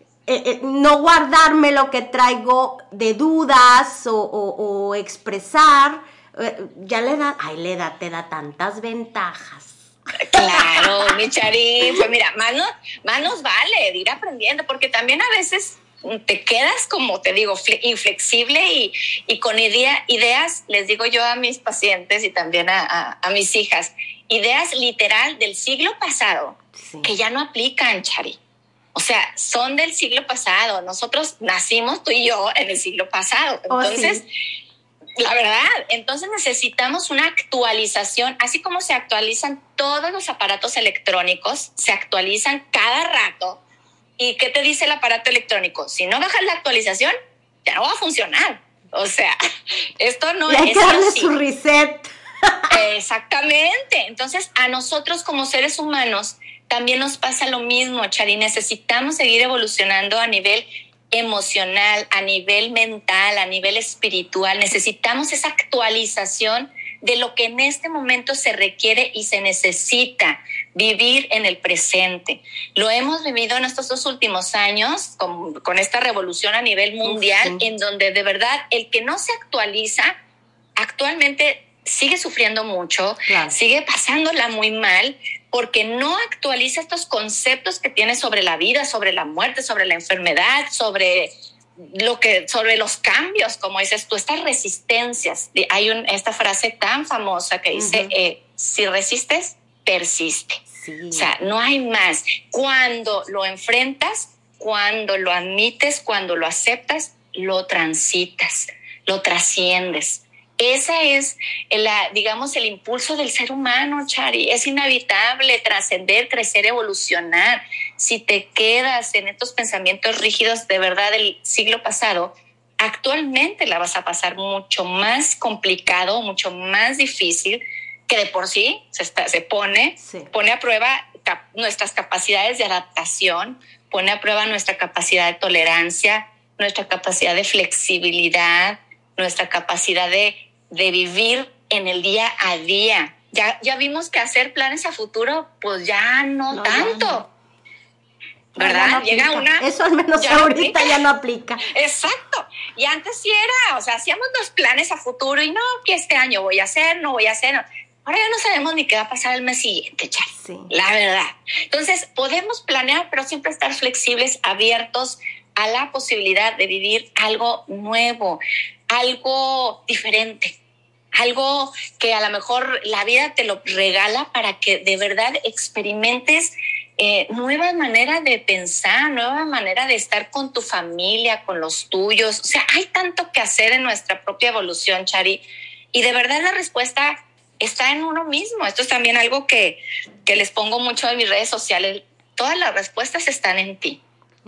no guardarme lo que traigo de dudas o expresar. Ya la edad te da tantas ventajas. Claro, mi Chari, pues mira, más nos vale ir aprendiendo, porque también a veces te quedas, como te digo, inflexible y con ideas, les digo yo a mis pacientes y también a mis hijas, ideas literal del siglo pasado, que ya no aplican, Chari. O sea, son del siglo pasado. Nosotros nacimos, tú y yo, en el siglo pasado. Entonces, la verdad, entonces necesitamos una actualización, así como se actualizan todos los aparatos electrónicos, se actualizan cada rato. ¿Y qué te dice el aparato electrónico? Si no bajas la actualización, ya no va a funcionar. O sea, esto no es... Hay que darle su reset. Exactamente. Entonces, a nosotros como seres humanos también nos pasa lo mismo, Chari. Necesitamos seguir evolucionando a nivel emocional, a nivel mental, a nivel espiritual. Necesitamos esa actualización de lo que en este momento se requiere y se necesita, vivir en el presente. Lo hemos vivido en estos 2 últimos años con esta revolución a nivel mundial, en donde de verdad el que no se actualiza actualmente sigue sufriendo mucho, sigue pasándola muy mal, porque no actualiza estos conceptos que tiene sobre la vida, sobre la muerte, sobre la enfermedad, sobre los cambios, como dices tú, estas resistencias. Hay esta frase tan famosa que dice, si resistes, persiste. O sea, no hay más. Cuando lo enfrentas, cuando lo admites, cuando lo aceptas, lo transitas, lo trasciendes. Ese es, digamos, el impulso del ser humano, Chari. Es inevitable trascender, crecer, evolucionar. Si te quedas en estos pensamientos rígidos de verdad del siglo pasado, actualmente la vas a pasar mucho más complicado, mucho más difícil, que de por sí se pone a prueba nuestras capacidades de adaptación, pone a prueba nuestra capacidad de tolerancia, nuestra capacidad de flexibilidad, nuestra capacidad de vivir en el día a día. Ya vimos que hacer planes a futuro, pues ya no tanto. ¿Verdad? No llega una... Eso al menos ahorita ya no aplica. Exacto. Y antes sí era, o sea, hacíamos los planes a futuro y no, que este año voy a hacer, no voy a hacer. No. Ahora ya no sabemos ni qué va a pasar el mes siguiente, ya. La verdad. Entonces, podemos planear, pero siempre estar flexibles, abiertos a la posibilidad de vivir algo nuevo, algo diferente, algo que a lo mejor la vida te lo regala para que de verdad experimentes nuevas maneras de pensar, nuevas maneras de estar con tu familia, con los tuyos. O sea, hay tanto que hacer en nuestra propia evolución, Chari, y de verdad la respuesta está en uno mismo. Esto es también algo que les pongo mucho en mis redes sociales. Todas las respuestas están en ti.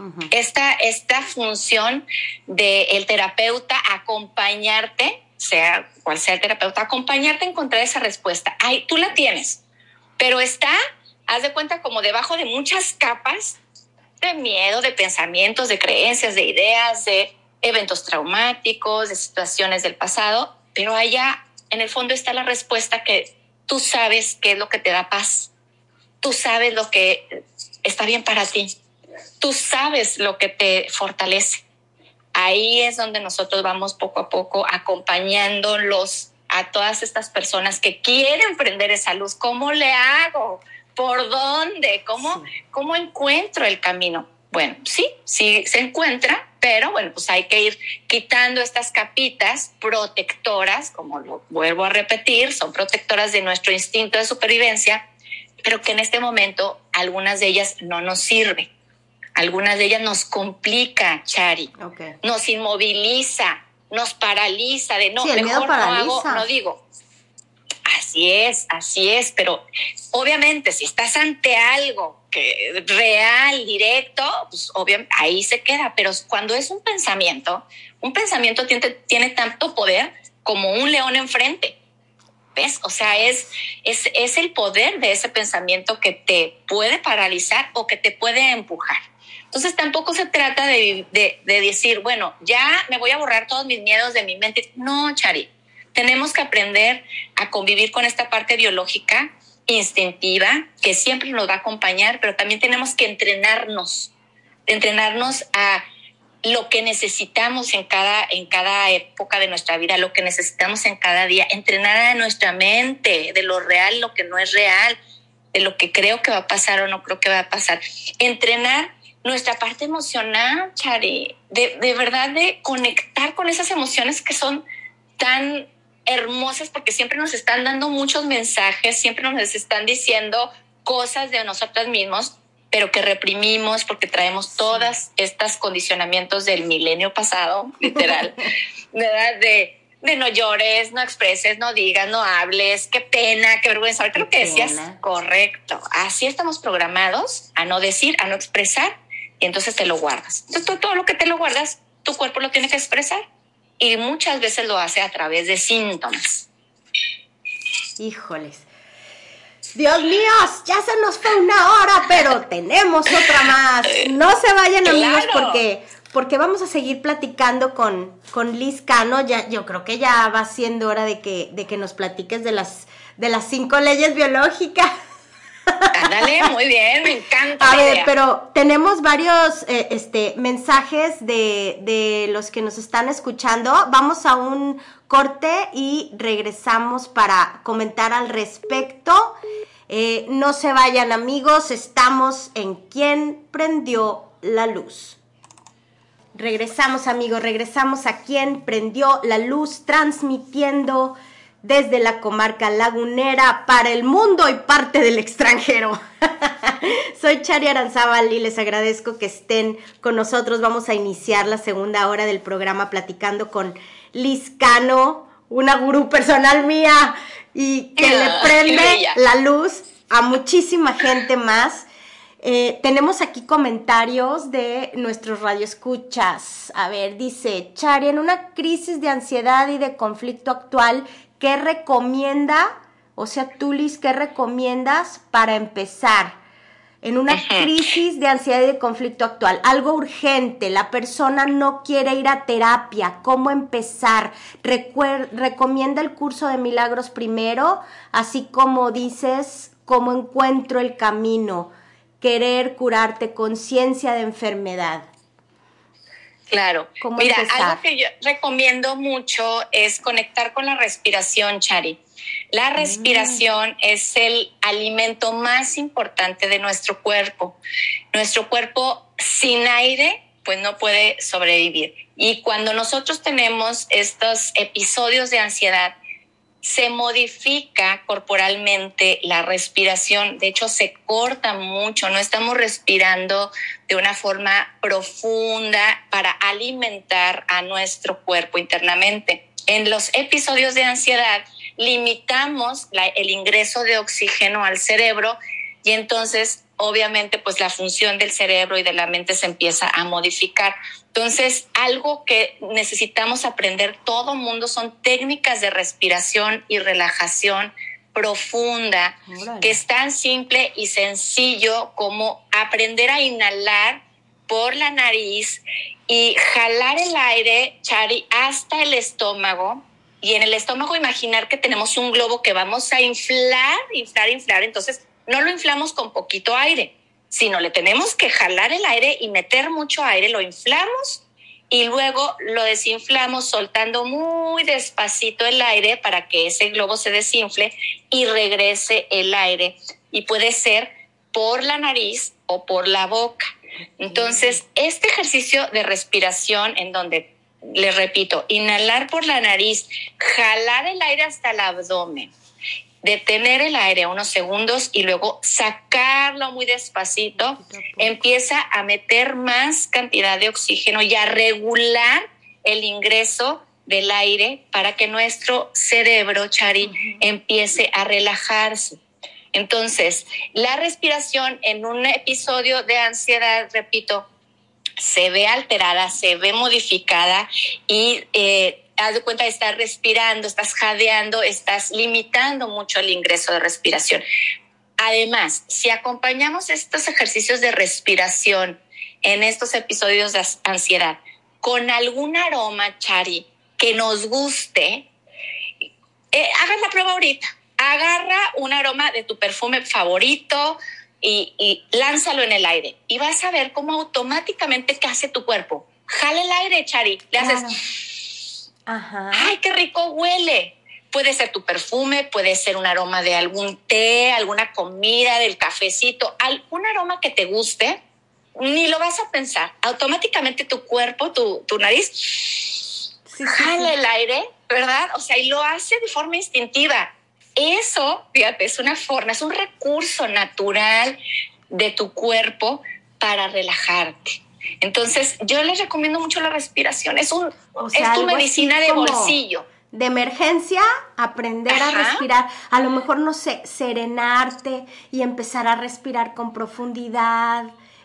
Esta función del terapeuta, acompañarte, sea cual sea el terapeuta, acompañarte a encontrar esa respuesta. Ay, tú la tienes, pero está, haz de cuenta, como debajo de muchas capas de miedo, de pensamientos, de creencias, de ideas, de eventos traumáticos, de situaciones del pasado, pero allá en el fondo está la respuesta, que tú sabes qué es lo que te da paz, tú sabes lo que está bien para ti, tú sabes lo que te fortalece. Ahí es donde nosotros vamos poco a poco acompañándolos a todas estas personas que quieren prender esa luz. ¿Cómo le hago? ¿Por dónde? ¿Cómo encuentro el camino? Bueno, sí se encuentra, pero bueno, pues hay que ir quitando estas capitas protectoras, como lo vuelvo a repetir, son protectoras de nuestro instinto de supervivencia, pero que en este momento algunas de ellas no nos sirven. Algunas de ellas nos complica, Chari, nos inmoviliza, nos paraliza, de no, sí, mejor no hago, no digo. así es, pero obviamente si estás ante algo que real, directo, pues obviamente ahí se queda, pero cuando es un pensamiento tiene tanto poder como un león enfrente. ¿Ves? O sea, es el poder de ese pensamiento que te puede paralizar o que te puede empujar. Entonces tampoco se trata de decir, bueno, ya me voy a borrar todos mis miedos de mi mente. No, Chari, tenemos que aprender a convivir con esta parte biológica, instintiva, que siempre nos va a acompañar, pero también tenemos que entrenarnos a lo que necesitamos en cada época de nuestra vida, lo que necesitamos en cada día, entrenar a nuestra mente de lo real, lo que no es real, de lo que creo que va a pasar o no creo que va a pasar. Entrenar nuestra parte emocional, Chari, de verdad de conectar con esas emociones que son tan hermosas porque siempre nos están dando muchos mensajes, siempre nos están diciendo cosas de nosotros mismos, pero que reprimimos porque traemos todas estas condicionamientos del milenio pasado, literal, ¿verdad? De no llores, no expreses, no digas, no hables, qué pena, qué vergüenza. Ahorita lo que decías, correcto. Así estamos programados a no decir, a no expresar, y entonces te lo guardas. Entonces tú, todo lo que te lo guardas, tu cuerpo lo tiene que expresar, y muchas veces lo hace a través de síntomas. Híjoles. Dios mío, ya se nos fue una hora, pero tenemos otra más. No se vayan, claro, amigos, porque vamos a seguir platicando con Liz Cano. Ya, yo creo que ya va siendo hora de que nos platiques de las 5 leyes biológicas. Ándale, muy bien, me encanta. A ver, pero tenemos varios mensajes de los que nos están escuchando. Vamos a un corte y regresamos para comentar al respecto. No se vayan, amigos, estamos en ¿Quién prendió la luz? Regresamos, amigos, regresamos a ¿Quién prendió la luz? Transmitiendo desde la comarca lagunera para el mundo y parte del extranjero. Soy Chari Aranzábal y les agradezco que estén con nosotros. Vamos a iniciar la segunda hora del programa platicando con Liz Cano, una gurú personal mía y que le prende la luz a muchísima gente más. Tenemos aquí comentarios de nuestros radioescuchas. A ver, dice Chari, en una crisis de ansiedad y de conflicto actual, ¿qué recomienda? O sea, tú, Liz, ¿qué recomiendas para empezar? En una crisis de ansiedad y de conflicto actual, algo urgente, la persona no quiere ir a terapia, ¿cómo empezar? Recomienda el curso de milagros primero, así como dices, ¿cómo encuentro el camino? Querer curarte, conciencia de enfermedad. Claro. Mira, algo que yo recomiendo mucho es conectar con la respiración, Chari. La respiración es el alimento más importante de nuestro cuerpo. Nuestro cuerpo sin aire, pues no puede sobrevivir. Y cuando nosotros tenemos estos episodios de ansiedad, se modifica corporalmente la respiración. De hecho, se corta mucho. No estamos respirando de una forma profunda para alimentar a nuestro cuerpo internamente. En los episodios de ansiedad, limitamos el ingreso de oxígeno al cerebro y entonces, obviamente, pues la función del cerebro y de la mente se empieza a modificar. Entonces, algo que necesitamos aprender todo mundo son técnicas de respiración y relajación profunda, que es tan simple y sencillo como aprender a inhalar por la nariz y jalar el aire, Chari, hasta el estómago. Y en el estómago imaginar que tenemos un globo que vamos a inflar. Entonces no lo inflamos con poquito aire, sino le tenemos que jalar el aire y meter mucho aire, lo inflamos y luego lo desinflamos soltando muy despacito el aire para que ese globo se desinfle y regrese el aire. Y puede ser por la nariz o por la boca. Entonces, este ejercicio de respiración en donde, les repito, inhalar por la nariz, jalar el aire hasta el abdomen, detener el aire unos segundos y luego sacarlo muy despacito, empieza a meter más cantidad de oxígeno y a regular el ingreso del aire para que nuestro cerebro, Chari, empiece a relajarse. Entonces, la respiración en un episodio de ansiedad, repito, se ve alterada, se ve modificada y haz de cuenta, estás respirando, estás jadeando, estás limitando mucho el ingreso de respiración. Además, si acompañamos estos ejercicios de respiración en estos episodios de ansiedad con algún aroma, Chari, que nos guste, hagan la prueba ahorita. Agarra un aroma de tu perfume favorito y lánzalo en el aire. Y vas a ver cómo automáticamente, ¿qué hace tu cuerpo? Jala el aire, Chari. Le haces, ¡ay, qué rico huele! Puede ser tu perfume, puede ser un aroma de algún té, alguna comida, del cafecito, algún aroma que te guste, ni lo vas a pensar. Automáticamente tu cuerpo, tu nariz, jala el aire, ¿verdad? O sea, y lo hace de forma instintiva. Eso, fíjate, es una forma, es un recurso natural de tu cuerpo para relajarte. Entonces, yo les recomiendo mucho la respiración. Es tu medicina de bolsillo. De emergencia, aprender a respirar. A lo mejor, no sé, serenarte y empezar a respirar con profundidad.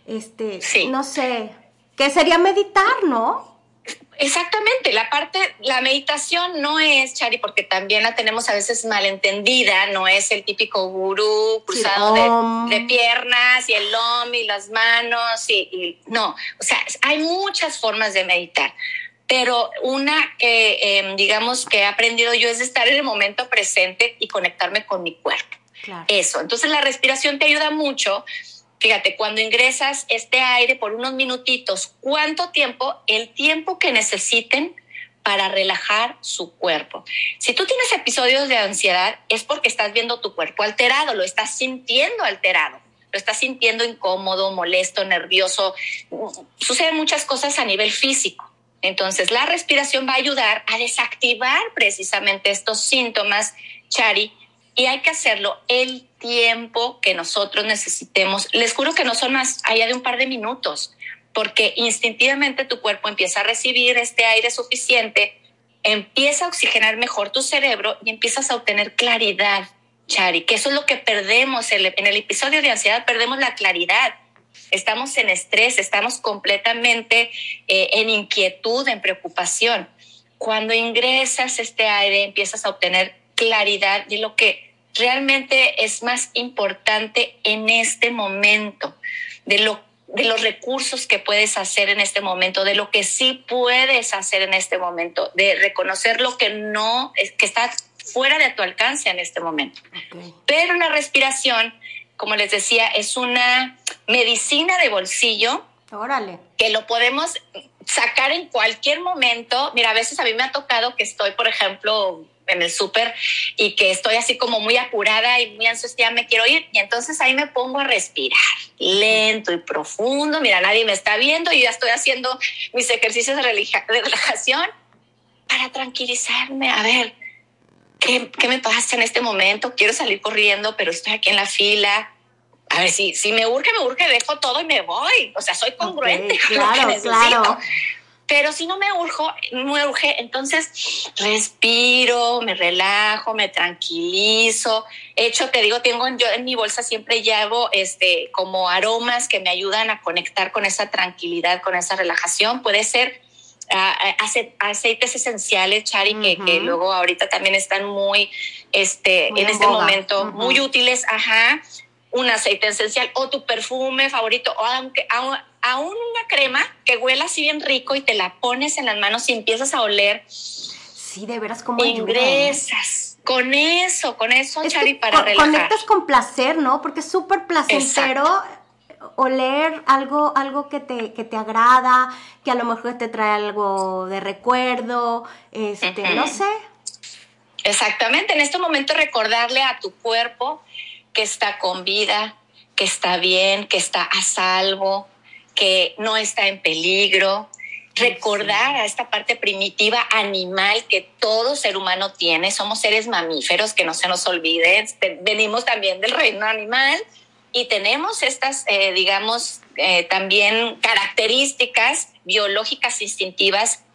No sé, ¿qué sería meditar, no? Exactamente, la meditación no es, Chari, porque también la tenemos a veces malentendida, no es el típico gurú cruzado de piernas y el om y las manos y no, o sea, hay muchas formas de meditar, pero una que digamos que he aprendido yo es de estar en el momento presente y conectarme con mi cuerpo. Claro. Eso, entonces la respiración te ayuda mucho. Fíjate, cuando ingresas este aire por unos minutitos, ¿cuánto tiempo? El tiempo que necesiten para relajar su cuerpo. Si tú tienes episodios de ansiedad, es porque estás viendo tu cuerpo alterado, lo estás sintiendo alterado, lo estás sintiendo incómodo, molesto, nervioso. Suceden muchas cosas a nivel físico. Entonces, la respiración va a ayudar a desactivar precisamente estos síntomas, Chari, y hay que hacerlo el tiempo que nosotros necesitemos. Les juro que no son más allá de un par de minutos, porque instintivamente tu cuerpo empieza a recibir este aire suficiente, empieza a oxigenar mejor tu cerebro y empiezas a obtener claridad, Chari, que eso es lo que perdemos. En el episodio de ansiedad perdemos la claridad. Estamos en estrés, estamos completamente en inquietud, en preocupación. Cuando ingresas este aire, empiezas a obtener claridad de lo que realmente es más importante en este momento, de los recursos que puedes hacer en este momento, de lo que sí puedes hacer en este momento, de reconocer lo que no, que está fuera de tu alcance en este momento. Okay. Pero la respiración, como les decía, es una medicina de bolsillo. Órale. Que lo podemos sacar en cualquier momento. Mira, a veces a mí me ha tocado que estoy, por ejemplo, en el súper y que estoy así como muy apurada y muy ansiosa, ya me quiero ir, y entonces ahí me pongo a respirar lento y profundo. Mira, nadie me está viendo y ya estoy haciendo mis ejercicios de relajación para tranquilizarme. A ver, ¿qué me pasa en este momento? Quiero salir corriendo, pero estoy aquí en la fila. A ver, si me urge, dejo todo y me voy. O sea, soy congruente con lo que necesito. Claro. Pero si no me urge, entonces respiro, me relajo, me tranquilizo. Hecho, te digo, yo en mi bolsa siempre llevo como aromas que me ayudan a conectar con esa tranquilidad, con esa relajación. Puede ser aceites esenciales, Chari, que luego ahorita también están muy en este momento, muy útiles. Un aceite esencial o tu perfume favorito, o aún una crema que huela así bien rico y te la pones en las manos y empiezas a oler. Sí, de veras, como ingresas con eso, Chari, para relajar. Conectas con placer, ¿no? Porque es súper placentero. Exacto. Oler algo que te agrada, que a lo mejor te trae algo de recuerdo, no sé. Exactamente, en este momento recordarle a tu cuerpo que está con vida, que está bien, que está a salvo, que no está en peligro. Recordar a esta parte primitiva animal que todo ser humano tiene. Somos seres mamíferos, que no se nos olvide. Venimos también del reino animal y tenemos estas, también características biológicas instintivas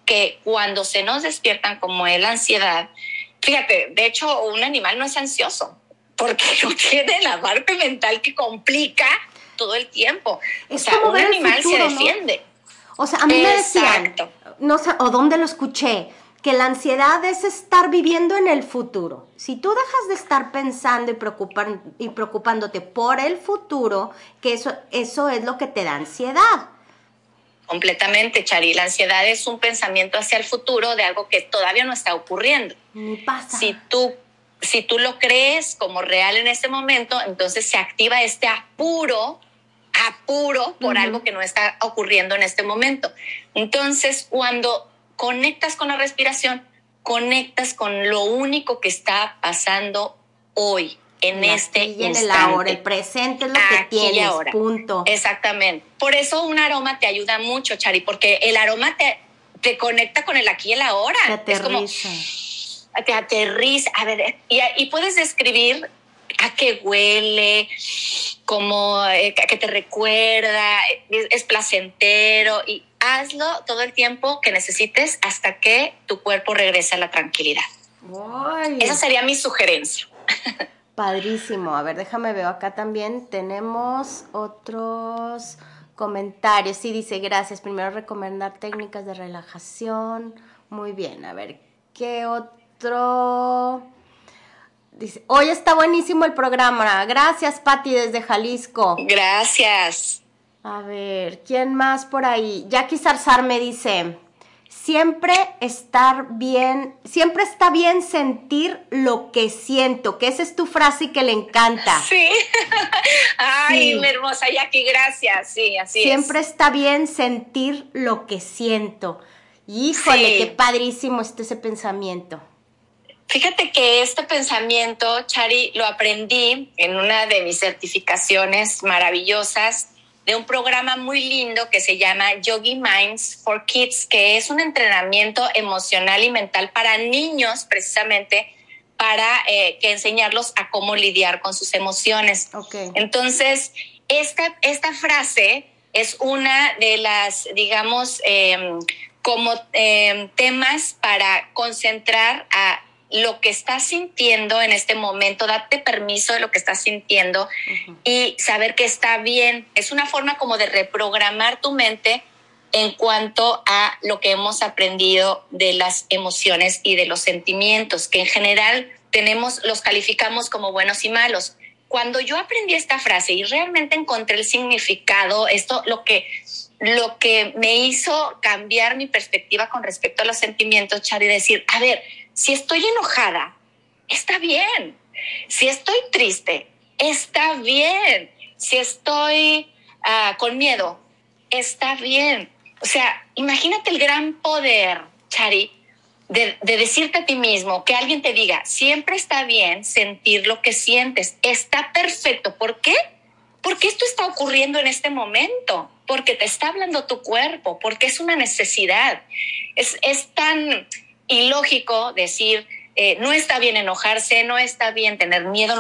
que cuando se nos despiertan, como es la ansiedad, fíjate, de hecho un animal no es ansioso porque no tiene la parte mental que complica todo el tiempo. Es o sea, como un ver el animal futuro, se defiende. ¿no? O sea, a mí me decían, no sé, o dónde lo escuché, que la ansiedad es estar viviendo en el futuro. Si tú dejas de estar pensando y preocupándote por el futuro, que eso es lo que te da ansiedad. Completamente, Chari. La ansiedad es un pensamiento hacia el futuro de algo que todavía no está ocurriendo. Ni pasa. Si tú lo crees como real en este momento, entonces se activa este apuro por algo que no está ocurriendo en este momento. Entonces, cuando conectas con la respiración, conectas con lo único que está pasando hoy, en este instante. En el ahora, el presente es lo que tienes, ahora. Punto. Exactamente. Por eso un aroma te ayuda mucho, Chari, porque el aroma te conecta con el aquí y el ahora. Te aterriza. Te aterriza. A ver, y puedes describir a qué huele, como a qué te recuerda, es placentero, y hazlo todo el tiempo que necesites hasta que tu cuerpo regrese a la tranquilidad. Ay. Esa sería mi sugerencia. Padrísimo. A ver, déjame ver acá también. Tenemos otros comentarios. Sí, dice, gracias. Primero recomendar técnicas de relajación. Muy bien. A ver, ¿qué otro? Dice, hoy está buenísimo el programa. Gracias, Pati, desde Jalisco. Gracias. A ver, ¿quién más por ahí? Jackie Zarzar me dice, siempre está bien sentir lo que siento, que esa es tu frase y que le encanta. Sí. Ay, sí. Mi hermosa Jackie, gracias. Sí, así siempre es. Está bien sentir lo que siento. Híjole, sí. Qué padrísimo está ese pensamiento. Fíjate que este pensamiento, Chari, lo aprendí en una de mis certificaciones maravillosas de un programa muy lindo que se llama Yogi Minds for Kids, que es un entrenamiento emocional y mental para niños, precisamente para que enseñarlos a cómo lidiar con sus emociones. Okay. Entonces, esta frase es una de las, digamos, temas para concentrar a lo que estás sintiendo en este momento, date permiso de lo que estás sintiendo y saber que está bien. Es una forma como de reprogramar tu mente en cuanto a lo que hemos aprendido de las emociones y de los sentimientos, que en general los calificamos como buenos y malos. Cuando yo aprendí esta frase y realmente encontré el significado, lo que me hizo cambiar mi perspectiva con respecto a los sentimientos, Chari, decir, a ver, si estoy enojada, está bien. Si estoy triste, está bien. Si estoy con miedo, está bien. O sea, imagínate el gran poder, Chari, de decirte a ti mismo, que alguien te diga, siempre está bien sentir lo que sientes. Está perfecto. ¿Por qué? Porque esto está ocurriendo en este momento. Porque te está hablando tu cuerpo. Porque es una necesidad. Es tan ilógico decir, no está bien enojarse, no está bien tener miedo,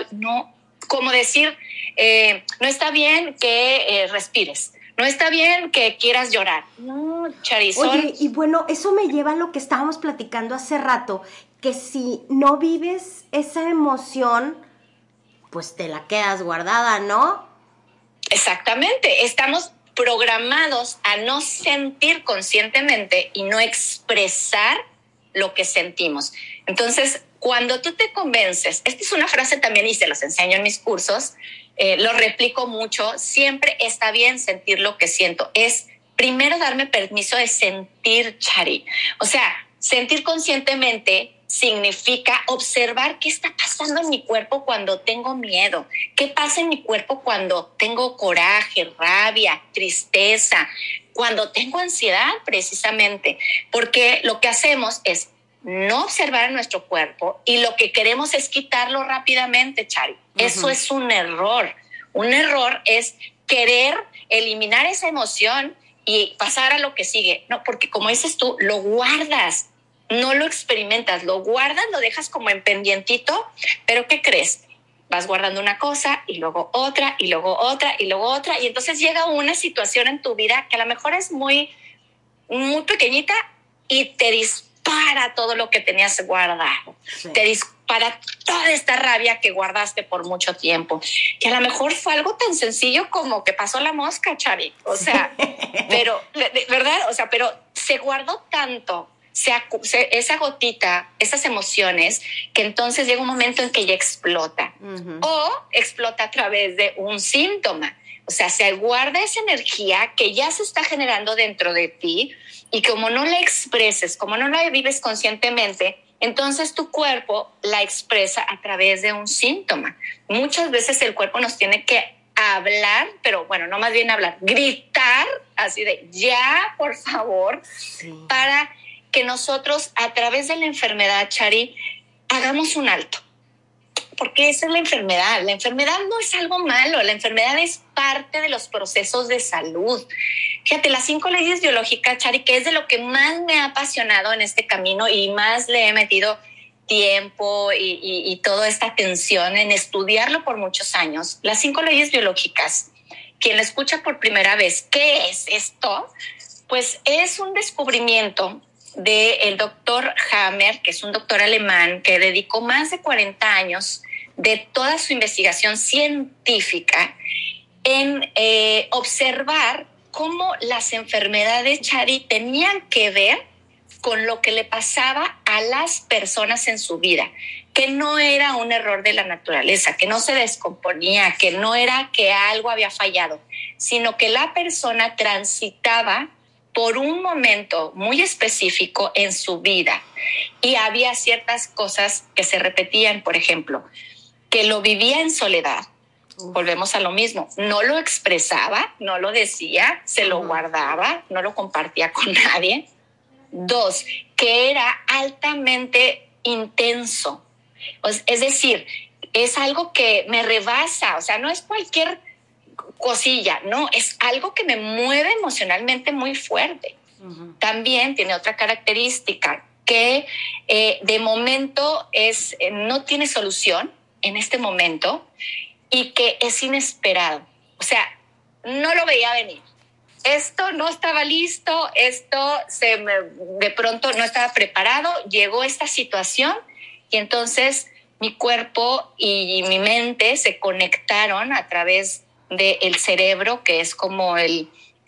como decir, no está bien que respires, no está bien que quieras llorar. No, Charizón. Oye, y bueno, eso me lleva a lo que estábamos platicando hace rato, que si no vives esa emoción, pues te la quedas guardada, ¿no? Exactamente, estamos programados a no sentir conscientemente y no expresar lo que sentimos. Entonces, cuando tú te convences, esta es una frase también y se los enseño en mis cursos, lo replico mucho, siempre está bien sentir lo que siento. Es primero darme permiso de sentir, Chari. O sea, sentir conscientemente significa observar qué está pasando en mi cuerpo cuando tengo miedo, qué pasa en mi cuerpo cuando tengo coraje, rabia, tristeza, cuando tengo ansiedad, precisamente, porque lo que hacemos es no observar a nuestro cuerpo y lo que queremos es quitarlo rápidamente, Chari. Eso es un error. Un error es querer eliminar esa emoción y pasar a lo que sigue. No, porque como dices tú, lo guardas, no lo experimentas, lo guardas, lo dejas como en pendientito, pero ¿qué crees? Vas guardando una cosa y luego otra y luego otra y luego otra y entonces llega una situación en tu vida que a lo mejor es muy, muy pequeñita y te dispara todo lo que tenías guardado. Sí. Te dispara toda esta rabia que guardaste por mucho tiempo. Y a lo mejor fue algo tan sencillo como que pasó la mosca, Chari. O sea, pero, ¿verdad? O sea, pero se guardó tanto esa gotita, esas emociones, que entonces llega un momento en que ya explota. Uh-huh. O explota a través de un síntoma. O sea, se guarda esa energía que ya se está generando dentro de ti y como no la expreses, como no la vives conscientemente, entonces tu cuerpo la expresa a través de un síntoma. Muchas veces el cuerpo nos tiene que hablar, pero bueno, no más bien hablar, gritar así de ya, por favor, sí, para que nosotros a través de la enfermedad, Chari, hagamos un alto. Porque esa es la enfermedad. La enfermedad no es algo malo. La enfermedad es parte de los procesos de salud. Fíjate, las 5 leyes biológicas, Chari, que es de lo que más me ha apasionado en este camino y más le he metido tiempo y toda esta atención en estudiarlo por muchos años. Las 5 leyes biológicas, quien la escucha por primera vez, ¿qué es esto? Pues es un descubrimiento del doctor Hammer, que es un doctor alemán que dedicó más de 40 años de toda su investigación científica en observar cómo las enfermedades, Chari, tenían que ver con lo que le pasaba a las personas en su vida, que no era un error de la naturaleza, que no se descomponía, que no era que algo había fallado, sino que la persona transitaba por un momento muy específico en su vida y había ciertas cosas que se repetían, por ejemplo, que lo vivía en soledad. Volvemos a lo mismo, no lo expresaba, no lo decía, se lo guardaba, no lo compartía con nadie. 2, que era altamente intenso, es decir, es algo que me rebasa, o sea, no es cualquier cosilla, no, es algo que me mueve emocionalmente muy fuerte. Uh-huh. También tiene otra característica que de momento no tiene solución en este momento y que es inesperado. O sea, no lo veía venir. Esto no estaba listo, de pronto no estaba preparado, llegó esta situación y entonces mi cuerpo y mi mente se conectaron a través del cerebro, que es como el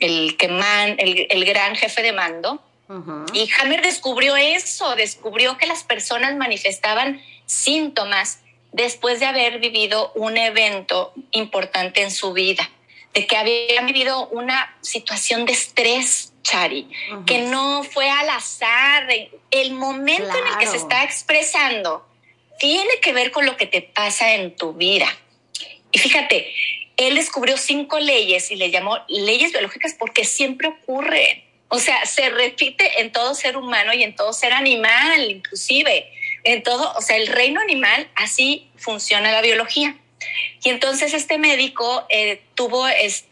gran jefe de mando. Uh-huh. Y Hammer descubrió eso, descubrió que las personas manifestaban síntomas después de haber vivido un evento importante en su vida, de que habían vivido una situación de estrés, Chari, uh-huh, que no fue al azar. El momento en el que se está expresando tiene que ver con lo que te pasa en tu vida. Y fíjate, él descubrió 5 leyes y le llamó leyes biológicas porque siempre ocurren. O sea, se repite en todo ser humano y en todo ser animal, inclusive. En todo, o sea, el reino animal, así funciona la biología. Y entonces este médico tuvo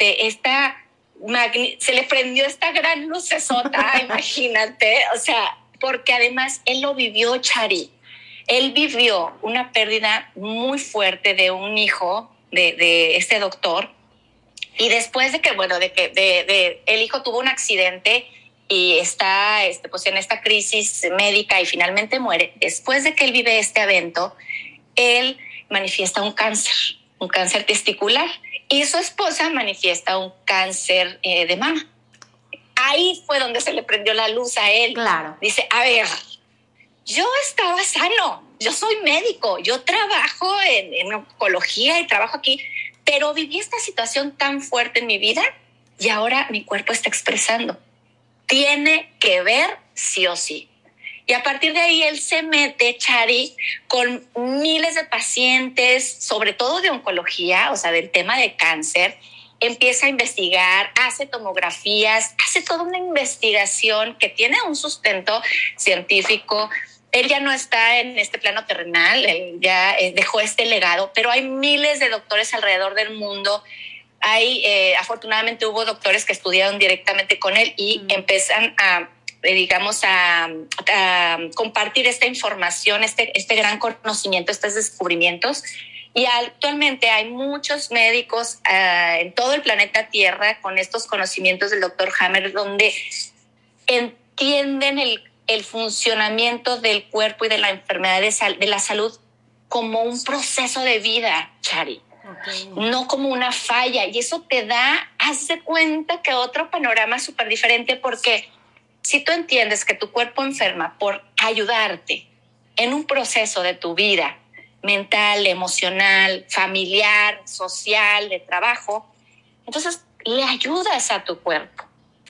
se le prendió esta gran lucesota, imagínate, o sea, porque además él lo vivió, Chari. Él vivió una pérdida muy fuerte de un hijo de este doctor, y después de que, el hijo tuvo un accidente y está pues en esta crisis médica y finalmente muere, después de que él vive este evento, él manifiesta un cáncer testicular, y su esposa manifiesta un cáncer de mama. Ahí fue donde se le prendió la luz a él. Claro. Dice, a ver, yo estaba sano, yo soy médico, yo trabajo en oncología y trabajo aquí, pero viví esta situación tan fuerte en mi vida y ahora mi cuerpo está expresando. Tiene que ver sí o sí. Y a partir de ahí él se mete, Chari, con miles de pacientes, sobre todo de oncología, o sea, del tema de cáncer. Empieza a investigar, hace tomografías, hace toda una investigación que tiene un sustento científico. Él ya no está en este plano terrenal, él ya dejó este legado, pero hay miles de doctores alrededor del mundo. Afortunadamente hubo doctores que estudiaron directamente con él y empiezan a compartir esta información, este gran conocimiento, estos descubrimientos. Y actualmente hay muchos médicos en todo el planeta Tierra con estos conocimientos del doctor Hammer, donde entienden el funcionamiento del cuerpo y de la enfermedad de la salud como un proceso de vida, Chari. Okay. No como una falla. Y eso te da, haz de cuenta que otro panorama súper diferente, porque si tú entiendes que tu cuerpo enferma por ayudarte en un proceso de tu vida mental, emocional, familiar, social, de trabajo, entonces le ayudas a tu cuerpo.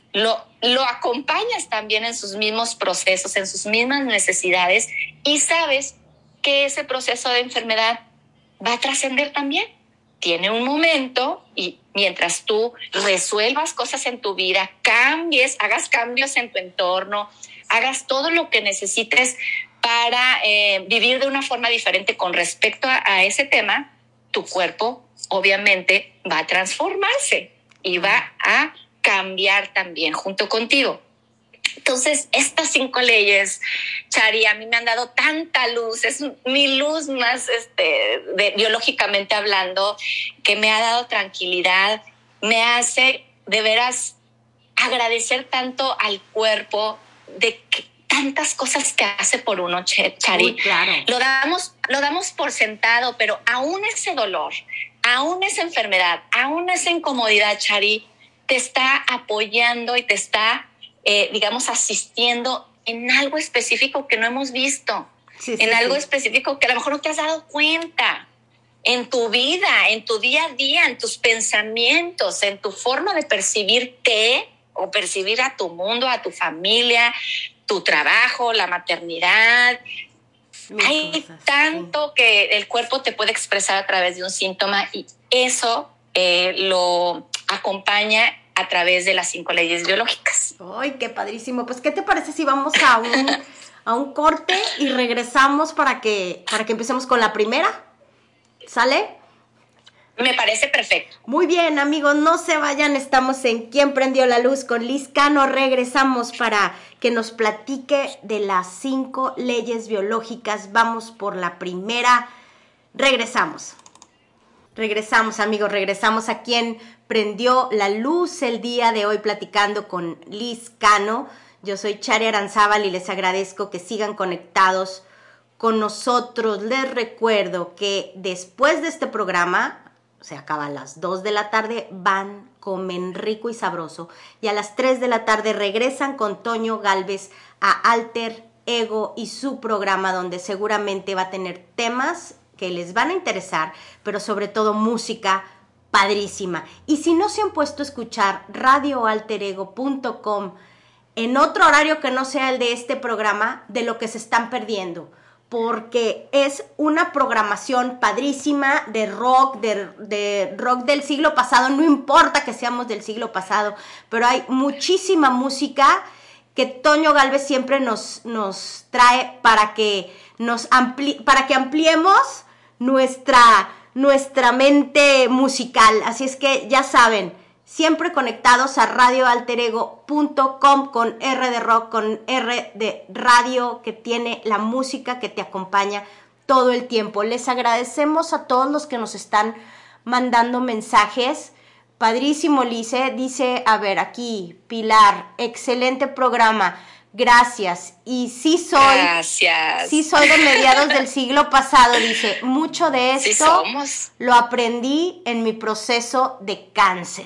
Lo acompañas también en sus mismos procesos, en sus mismas necesidades, y sabes que ese proceso de enfermedad va a trascender también. Tiene un momento, y mientras tú resuelvas cosas en tu vida, hagas cambios en tu entorno, hagas todo lo que necesites para vivir de una forma diferente con respecto a ese tema, tu cuerpo obviamente va a transformarse y va a cambiar también junto contigo. Entonces, estas 5 leyes, Chari, a mí me han dado tanta luz, es mi luz más biológicamente hablando, que me ha dado tranquilidad, me hace de veras agradecer tanto al cuerpo de tantas cosas que hace por uno, Chari. Muy claro. Lo damos por sentado, pero aún ese dolor, aún esa enfermedad, aún esa incomodidad, Chari, te está apoyando y te está asistiendo en algo específico que no hemos visto, algo específico que a lo mejor no te has dado cuenta en tu vida, en tu día a día, en tus pensamientos, en tu forma de percibirte o percibir a tu mundo, a tu familia, tu trabajo, la maternidad. Hay tanto que el cuerpo te puede expresar a través de un síntoma, y eso lo acompaña a través de las 5 leyes biológicas. ¡Ay, qué padrísimo! Pues, ¿qué te parece si vamos a un corte y regresamos para que empecemos con la primera? ¿Sale? Me parece perfecto. Muy bien, amigos, no se vayan. Estamos en ¿Quién prendió la luz? Con Liz Cano. Regresamos para que nos platique de las 5 leyes biológicas. Vamos por la primera. Regresamos, amigos, regresamos a Quien prendió la luz el día de hoy, platicando con Liz Cano. Yo soy Chari Aranzábal y les agradezco que sigan conectados con nosotros. Les recuerdo que después de este programa, se acaba a las 2 de la tarde, van, comen rico y sabroso, y a las 3 de la tarde regresan con Toño Galvez a Alter Ego y su programa, donde seguramente va a tener temas que les van a interesar, pero sobre todo música padrísima. Y si no se han puesto a escuchar radioalterego.com en otro horario que no sea el de este programa, de lo que se están perdiendo, porque es una programación padrísima de rock, de rock del siglo pasado. No importa que seamos del siglo pasado, pero hay muchísima música que Toño Galvez siempre nos trae para que ampliemos nuestra mente musical. Así es que ya saben, siempre conectados a radioalterego.com, con R de rock, con R de radio, que tiene la música que te acompaña todo el tiempo. Les agradecemos a todos los que nos están mandando mensajes. Padrísimo, Lice. Dice, a ver, aquí, Pilar, excelente programa. Gracias. Y sí soy de mediados del siglo pasado, dice. Mucho de esto lo aprendí en mi proceso de cáncer.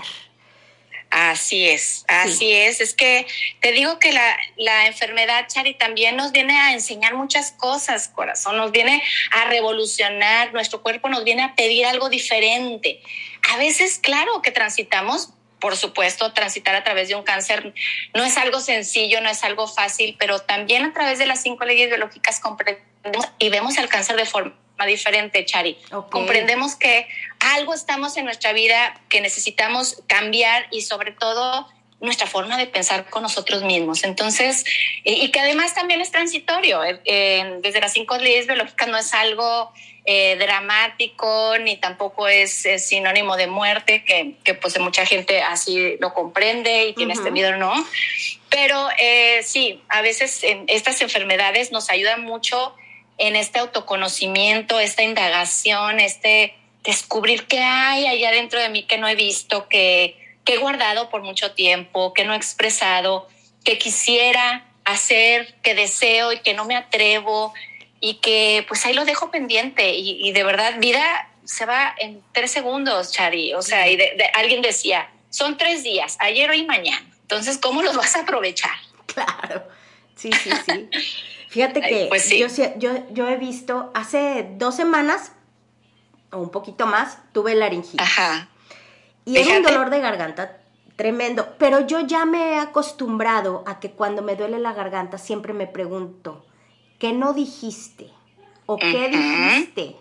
Así es. Es que te digo que la enfermedad, Chari, también nos viene a enseñar muchas cosas, corazón. Nos viene a revolucionar, nuestro cuerpo nos viene a pedir algo diferente. A veces, claro, que transitamos. Por supuesto, transitar a través de un cáncer no es algo sencillo, no es algo fácil, pero también a través de las 5 leyes biológicas comprendemos y vemos el cáncer de forma diferente, Chari. Okay. Comprendemos que algo estamos en nuestra vida que necesitamos cambiar, y sobre todo nuestra forma de pensar con nosotros mismos. Entonces, y que además también es transitorio. Desde las 5 leyes biológicas no es algo dramático, ni tampoco es sinónimo de muerte, que pues mucha gente así lo comprende y tiene este miedo, ¿no? Pero sí, a veces estas enfermedades nos ayudan mucho en este autoconocimiento, esta indagación, descubrir qué hay allá dentro de mí que no he visto, que he guardado por mucho tiempo, que no he expresado, que quisiera hacer, que deseo y que no me atrevo y que pues ahí lo dejo pendiente y de verdad vida se va en 3 segundos, Chari. O sea, y alguien decía, son 3 días, ayer, hoy y mañana. Entonces, ¿cómo los vas a aprovechar? Claro, sí. Fíjate que pues sí. yo he visto, hace 2 semanas o un poquito más, tuve laringitis. Ajá. Y era un dolor de garganta tremendo, pero yo ya me he acostumbrado a que cuando me duele la garganta siempre me pregunto, ¿qué no dijiste? ¿O qué dijiste?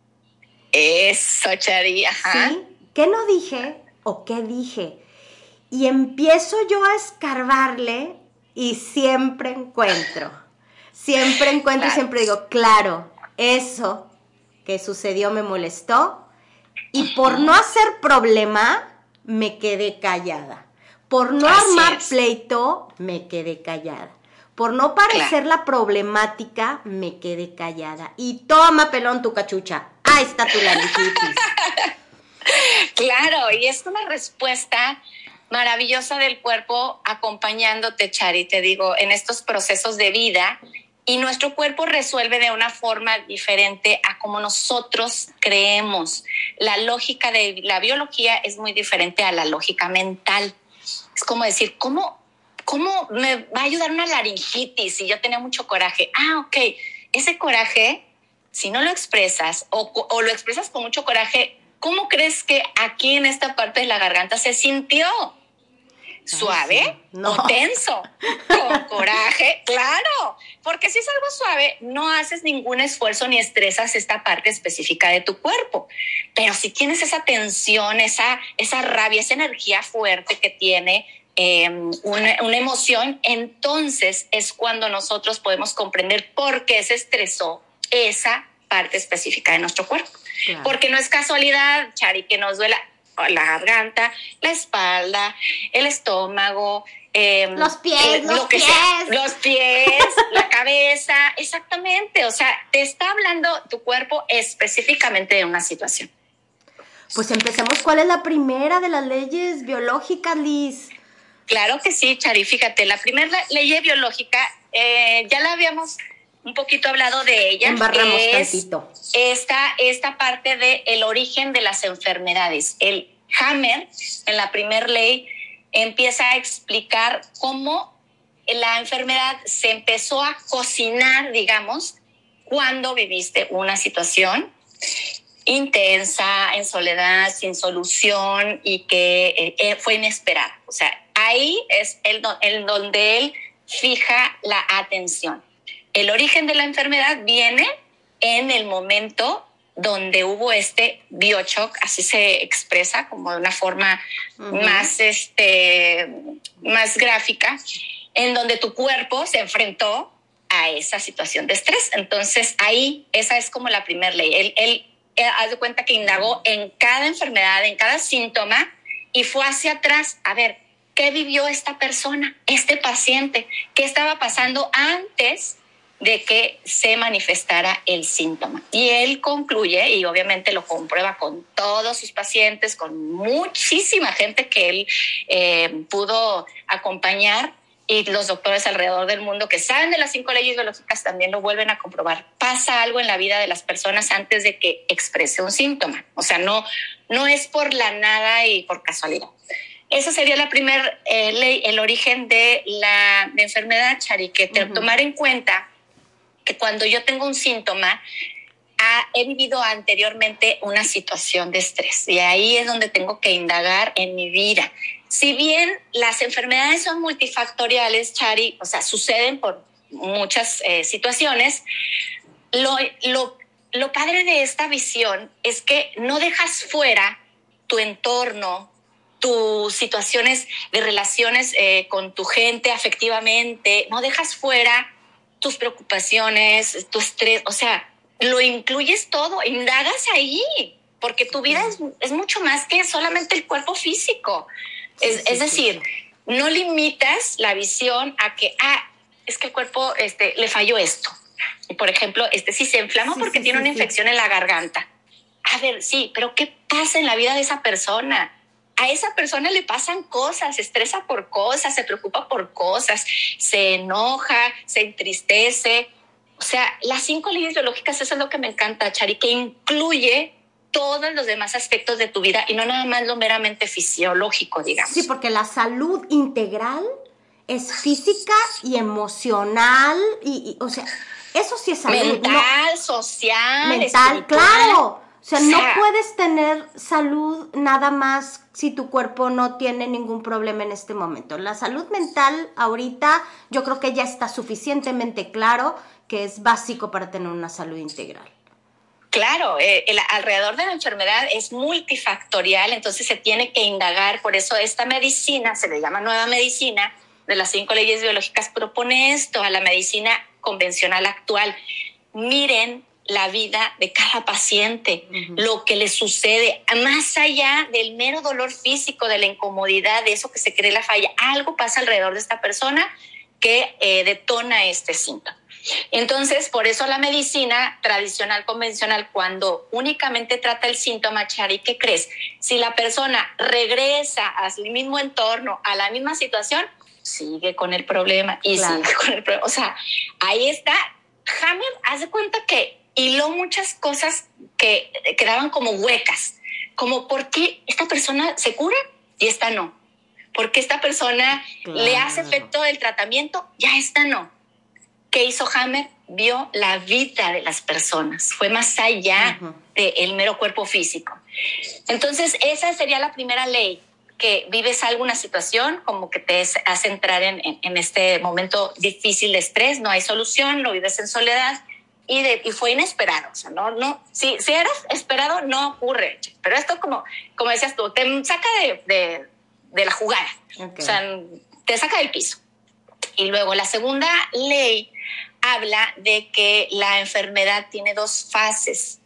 Eso, Chari, ajá. ¿Sí? ¿Qué no dije o qué dije? Y empiezo yo a escarbarle y siempre encuentro. Claro. Y siempre digo, claro, eso que sucedió me molestó y por no hacer problema me quedé callada. Por no armar pleito me quedé callada. Por no parecer la problemática me quedé callada. Y toma, pelón, tu cachucha. Ahí está tu laringitis. Claro, y es una respuesta maravillosa del cuerpo acompañándote, Chari, te digo, en estos procesos de vida. Y nuestro cuerpo resuelve de una forma diferente a como nosotros creemos. La lógica de la biología es muy diferente a la lógica mental. Es como decir, ¿cómo me va a ayudar una laringitis si yo tenía mucho coraje? Ok, ese coraje, si no lo expresas o lo expresas con mucho coraje, ¿cómo crees que aquí en esta parte de la garganta se sintió? ¿Suave? Sí. No. ¿O tenso? ¿Con coraje? ¡Claro! Porque si es algo suave, no haces ningún esfuerzo ni estresas esta parte específica de tu cuerpo. Pero si tienes esa tensión, esa rabia, esa energía fuerte que tiene una emoción, entonces es cuando nosotros podemos comprender por qué se estresó esa parte específica de nuestro cuerpo. Claro. Porque no es casualidad, Chari, que nos duela la garganta, la espalda, el estómago, los pies, la cabeza, exactamente. O sea, te está hablando tu cuerpo específicamente de una situación. Pues empecemos. ¿Cuál es la primera de las leyes biológicas, Liz? Claro que sí, Chari. Fíjate, la primera ley biológica ya la habíamos un poquito hablado de ella. Embarramos tantito. Esta parte de el origen de las enfermedades. El Hammer, en la primera ley, empieza a explicar cómo la enfermedad se empezó a cocinar, digamos, cuando viviste una situación intensa, en soledad, sin solución y que fue inesperada. O sea, ahí es el donde él fija la atención. El origen de la enfermedad viene en el momento donde hubo este bioshock, así se expresa como de una forma más gráfica, en donde tu cuerpo se enfrentó a esa situación de estrés. Entonces ahí esa es como la primera ley. Él haz de cuenta que indagó en cada enfermedad, en cada síntoma y fue hacia atrás a ver qué vivió esta persona, este paciente, qué estaba pasando antes de que se manifestara el síntoma. Y él concluye, y obviamente lo comprueba con todos sus pacientes, con muchísima gente que él pudo acompañar, y los doctores alrededor del mundo que saben de las 5 leyes biológicas también lo vuelven a comprobar. Pasa algo en la vida de las personas antes de que exprese un síntoma. O sea, no es por la nada y por casualidad. Esa sería la primera ley, el origen de la enfermedad, Chari, que tomar en cuenta que cuando yo tengo un síntoma, he vivido anteriormente una situación de estrés y ahí es donde tengo que indagar en mi vida. Si bien las enfermedades son multifactoriales, Chari, o sea, suceden por muchas situaciones, lo padre de esta visión es que no dejas fuera tu entorno, tus situaciones de relaciones con tu gente afectivamente, no dejas fuera tus preocupaciones, tu estrés, o sea, lo incluyes todo, indagas ahí, porque tu vida es mucho más que solamente el cuerpo físico. Es decir, no limitas la visión a que, es que el cuerpo le falló esto. Y por ejemplo, sí se inflama porque tiene una infección en la garganta. A ver, sí, pero ¿qué pasa en la vida de esa persona? a esa persona le pasan cosas, se estresa por cosas, se preocupa por cosas, se enoja, se entristece. O sea, las 5 leyes biológicas, eso es lo que me encanta, Chari, que incluye todos los demás aspectos de tu vida y no nada más lo meramente fisiológico, digamos. Sí, porque la salud integral es física y emocional y o sea, eso sí es salud. Mental, ¿no? social, mental, espiritual. claro. O sea, no puedes tener salud nada más si tu cuerpo no tiene ningún problema en este momento. La salud mental ahorita yo creo que ya está suficientemente claro que es básico para tener una salud integral. Claro, alrededor de la enfermedad es multifactorial, entonces se tiene que indagar. Por eso esta medicina, se le llama nueva medicina, de las 5 leyes biológicas, propone esto a la medicina convencional actual. Miren la vida de cada paciente, lo que le sucede, más allá del mero dolor físico, de la incomodidad, de eso que se cree la falla. Algo pasa alrededor de esta persona que detona este síntoma. Entonces, por eso la medicina tradicional, convencional, cuando únicamente trata el síntoma, Chari, ¿qué crees? Si la persona regresa a su mismo entorno, a la misma situación, sigue con el problema y claro. Sigue con el problema. O sea, ahí está. Hammer, haz de cuenta que hiló muchas cosas que quedaban como huecas, como ¿por qué esta persona se cura y esta no? ¿Por qué esta persona le hace efecto el tratamiento y a esta no? ¿Qué hizo Hammer? Vio la vida de las personas, fue más allá del mero cuerpo físico. Entonces, esa sería la primera ley, que vives alguna situación como que te hace entrar en este momento difícil de estrés, no hay solución, lo vives en soledad y fue inesperado. O sea, si eras esperado, no ocurre. Pero esto, como decías tú, te saca de la jugada, o sea, te saca del piso. Y luego la segunda ley habla de que la enfermedad tiene 2 fases.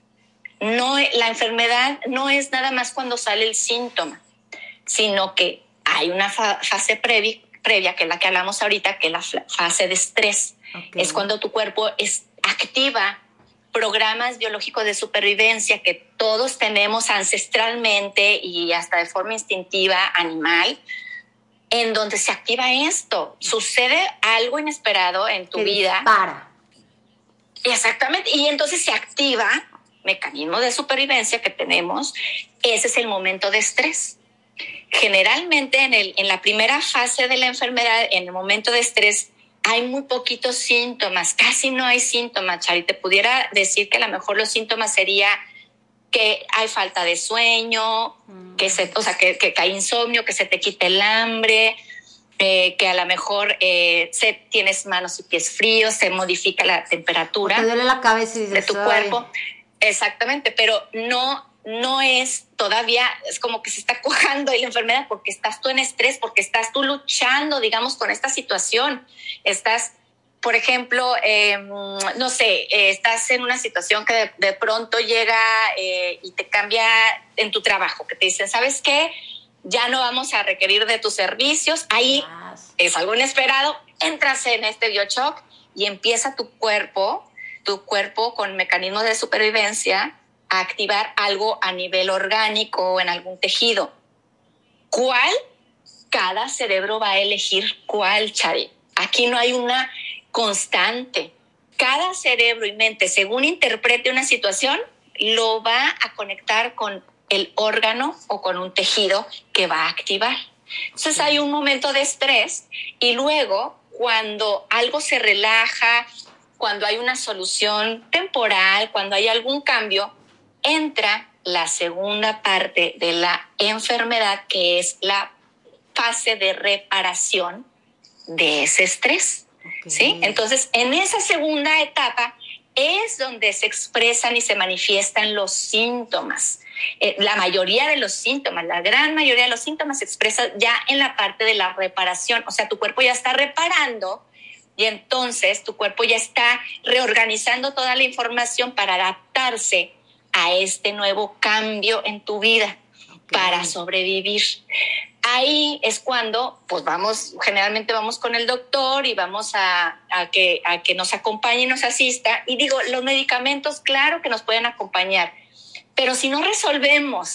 La enfermedad no es nada más cuando sale el síntoma, sino que hay una fase previa, que es la que hablamos ahorita, que es la fase de estrés. Okay. Es cuando tu cuerpo activa programas biológicos de supervivencia que todos tenemos ancestralmente y hasta de forma instintiva animal, en donde se activa esto. Sucede algo inesperado en tu vida. Para. Exactamente. Y entonces se activa mecanismo de supervivencia que tenemos. Ese es el momento de estrés. Generalmente en la primera fase de la enfermedad, en el momento de estrés, hay muy poquitos síntomas, casi no hay síntomas, Chari. Te pudiera decir que a lo mejor los síntomas sería que hay falta de sueño, que hay insomnio, que se te quite el hambre, que a lo mejor tienes manos y pies fríos, se modifica la temperatura. O te duele la cabeza y dices, de tu cuerpo. Exactamente, pero no es todavía, es como que se está cuajando ahí la enfermedad porque estás tú en estrés, porque estás tú luchando, digamos, con esta situación. Estás, por ejemplo, estás en una situación que de pronto llega y te cambia en tu trabajo, que te dicen, ¿sabes qué? Ya no vamos a requerir de tus servicios. Ahí es algo inesperado, entras en este bioshock y empieza tu cuerpo con mecanismos de supervivencia a activar algo a nivel orgánico o en algún tejido. ¿Cuál? Cada cerebro va a elegir cuál, Chari. Aquí no hay una constante. Cada cerebro y mente, según interprete una situación, lo va a conectar con el órgano o con un tejido que va a activar. Entonces hay un momento de estrés y luego cuando algo se relaja, cuando hay una solución temporal, cuando hay algún cambio, entra la segunda parte de la enfermedad, que es la fase de reparación de ese estrés. Okay. ¿Sí? Entonces, en esa segunda etapa es donde se expresan y se manifiestan los síntomas. La mayoría de los síntomas, la gran mayoría de los síntomas se expresan ya en la parte de la reparación. O sea, tu cuerpo ya está reparando y entonces tu cuerpo ya está reorganizando toda la información para adaptarse a este nuevo cambio en tu vida, para sobrevivir. Ahí es cuando, pues generalmente vamos con el doctor y vamos a que nos acompañe y nos asista. Y digo, los medicamentos, claro que nos pueden acompañar, pero si no resolvemos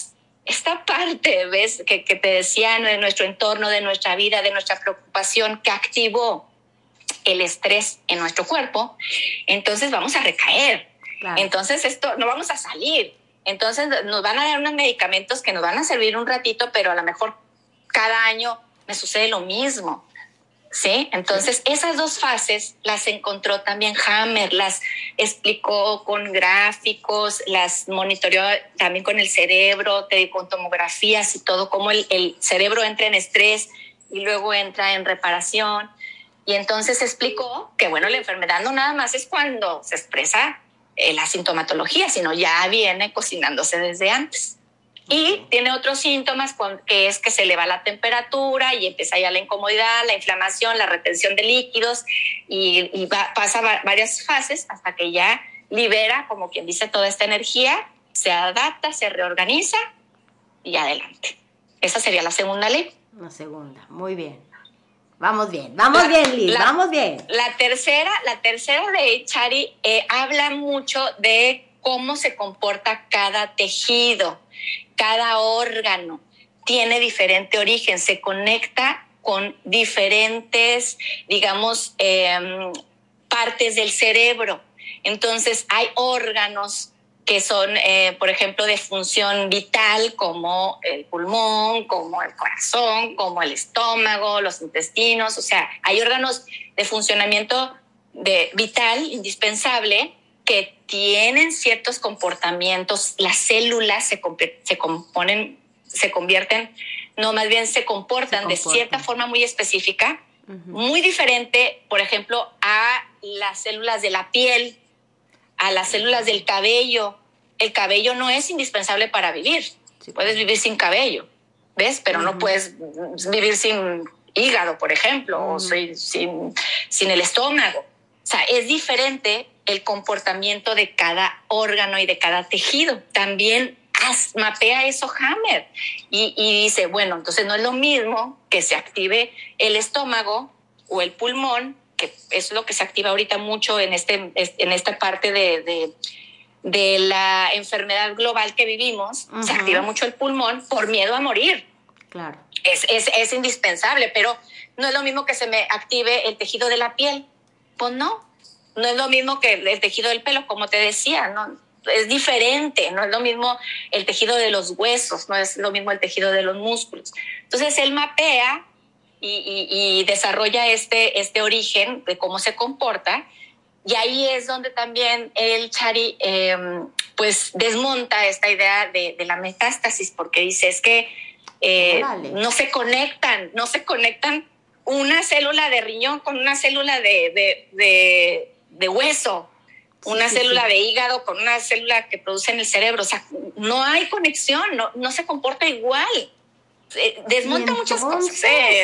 esta parte, ¿ves? Que te decía, de nuestro entorno, de nuestra vida, de nuestra preocupación, que activó el estrés en nuestro cuerpo, entonces vamos a recaer. Claro. Entonces esto no vamos a salir. Entonces nos van a dar unos medicamentos que nos van a servir un ratito, pero a lo mejor cada año me sucede lo mismo. ¿Sí? Entonces, esas dos fases las encontró también Hammer, las explicó con gráficos, las monitoreó también con el cerebro, con tomografías y todo, cómo el cerebro entra en estrés y luego entra en reparación. Y entonces explicó que, bueno, la enfermedad no nada más es cuando se expresa la sintomatología, sino ya viene cocinándose desde antes. Y tiene otros síntomas, que es que se eleva la temperatura y empieza ya la incomodidad, la inflamación, la retención de líquidos y pasa varias fases hasta que ya libera, como quien dice, toda esta energía, se adapta, se reorganiza y adelante. Esa sería la segunda ley. La segunda, muy bien. Vamos bien, Liz, vamos bien. La tercera ley, Chari, habla mucho de cómo se comporta cada tejido. Cada órgano tiene diferente origen, se conecta con diferentes, digamos, partes del cerebro. Entonces, hay órganos que son, por ejemplo, de función vital, como el pulmón, como el corazón, como el estómago, los intestinos. O sea, hay órganos de funcionamiento vital, indispensable, que tienen ciertos comportamientos. Las células se comportan de cierta forma muy específica, muy diferente, por ejemplo, a las células de la piel, a las células del cabello. El cabello no es indispensable para vivir. Puedes vivir sin cabello, ¿ves? Pero no puedes vivir sin hígado, por ejemplo, o sin el estómago. O sea, es diferente el comportamiento de cada órgano y de cada tejido. También mapea eso Hammer y dice, bueno, entonces no es lo mismo que se active el estómago o el pulmón, que es lo que se activa ahorita mucho en esta parte de la enfermedad global que vivimos. Se activa mucho el pulmón por miedo a morir. Claro. Es indispensable, pero no es lo mismo que se me active el tejido de la piel. Pues no es lo mismo que el tejido del pelo, como te decía, ¿no? Es diferente, no es lo mismo el tejido de los huesos, no es lo mismo el tejido de los músculos. Entonces él mapea y desarrolla este origen de cómo se comporta, y ahí es donde también el Chari pues desmonta esta idea de la metástasis, porque dice es que no se conectan una célula de riñón con una célula de hueso, una célula de hígado con una célula que produce en el cerebro. O sea, no hay conexión, no se comporta igual. Desmonta muchas cosas.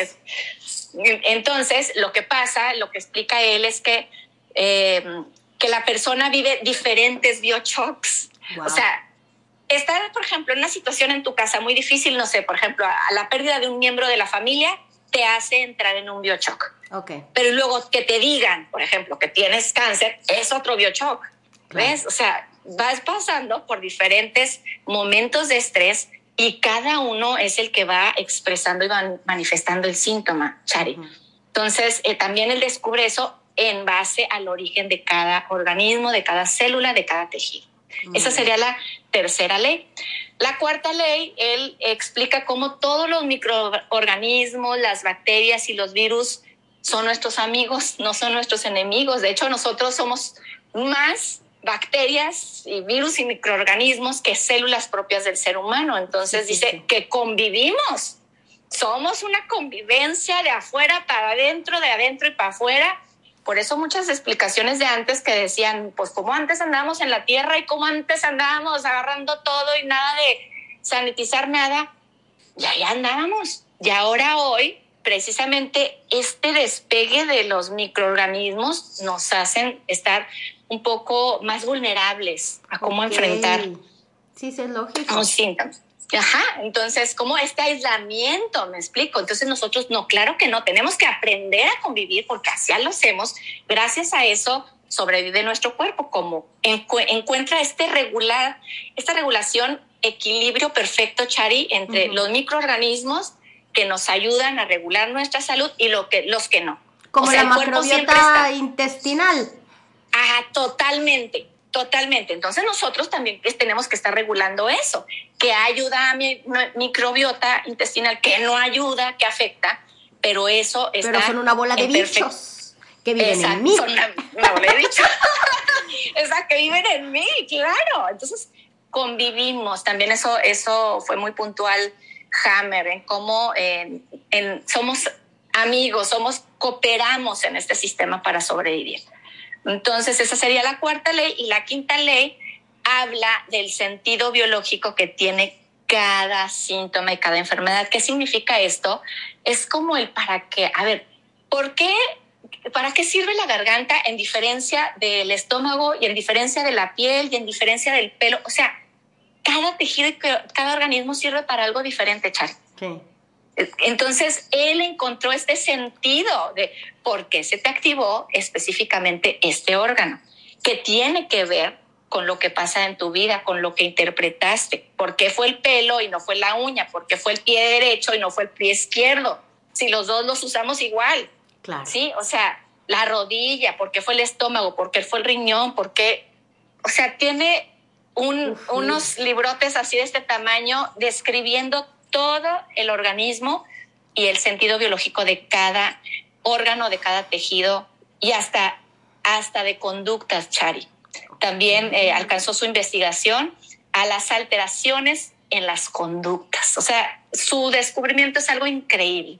Entonces, lo que pasa, lo que explica él es que la persona vive diferentes bioshocks. Wow. O sea, estar, por ejemplo, en una situación en tu casa muy difícil, no sé, por ejemplo, a la pérdida de un miembro de la familia, te hace entrar en un bioshock. Okay. Pero luego que te digan, por ejemplo, que tienes cáncer, es otro bioshock. Claro. ¿Ves? O sea, vas pasando por diferentes momentos de estrés y cada uno es el que va expresando y va manifestando el síntoma, Chari. Entonces, también él descubre eso en base al origen de cada organismo, de cada célula, de cada tejido. Esa sería la tercera ley. La cuarta ley, él explica cómo todos los microorganismos, las bacterias y los virus son nuestros amigos, no son nuestros enemigos. De hecho, nosotros somos más bacterias y virus y microorganismos que células propias del ser humano. Entonces dice que convivimos. Somos una convivencia de afuera para adentro, de adentro y para afuera. Por eso muchas explicaciones de antes que decían, pues como antes andábamos en la tierra y como antes andábamos agarrando todo y nada de sanitizar nada, ya andábamos. Y ahora hoy, precisamente este despegue de los microorganismos nos hacen estar un poco más vulnerables a cómo enfrentar. Sí, es lógico. Un síntoma. Entonces, como este aislamiento, me explico. Entonces nosotros claro que no, tenemos que aprender a convivir porque así lo hacemos. Gracias a eso sobrevive nuestro cuerpo, como encuentra esta regulación equilibrio perfecto, Chari, entre los microorganismos que nos ayudan a regular nuestra salud y los que no. Como o sea, la macrobiota intestinal. Ajá, totalmente. Entonces nosotros también tenemos que estar regulando eso. ¿Qué ayuda a mi microbiota intestinal? ¿Qué no ayuda? ¿Qué afecta? Pero eso está... Pero son una bola de bichos que viven en mí. Son una bola de bichos. Exacto, que viven en mí, claro. Entonces convivimos. También eso fue muy puntual, Hammer, en cómo somos amigos, cooperamos en este sistema para sobrevivir. Entonces, esa sería la cuarta ley. Y la quinta ley habla del sentido biológico que tiene cada síntoma y cada enfermedad. ¿Qué significa esto? Es como el para qué. A ver, ¿para qué sirve la garganta en diferencia del estómago y en diferencia de la piel y en diferencia del pelo? O sea, cada tejido y cada organismo sirve para algo diferente, Chari. Sí. Entonces, él encontró este sentido de por qué se te activó específicamente este órgano, que tiene que ver con lo que pasa en tu vida, con lo que interpretaste. ¿Por qué fue el pelo y no fue la uña? ¿Por qué fue el pie derecho y no fue el pie izquierdo? Si los dos los usamos igual. Claro. Sí, o sea, la rodilla, ¿por qué fue el estómago? ¿Por qué fue el riñón? ¿Por qué? O sea, tiene unos librotes así de este tamaño describiendo todo el organismo y el sentido biológico de cada órgano, de cada tejido y hasta de conductas, Chari. También alcanzó su investigación a las alteraciones en las conductas. O sea, su descubrimiento es algo increíble.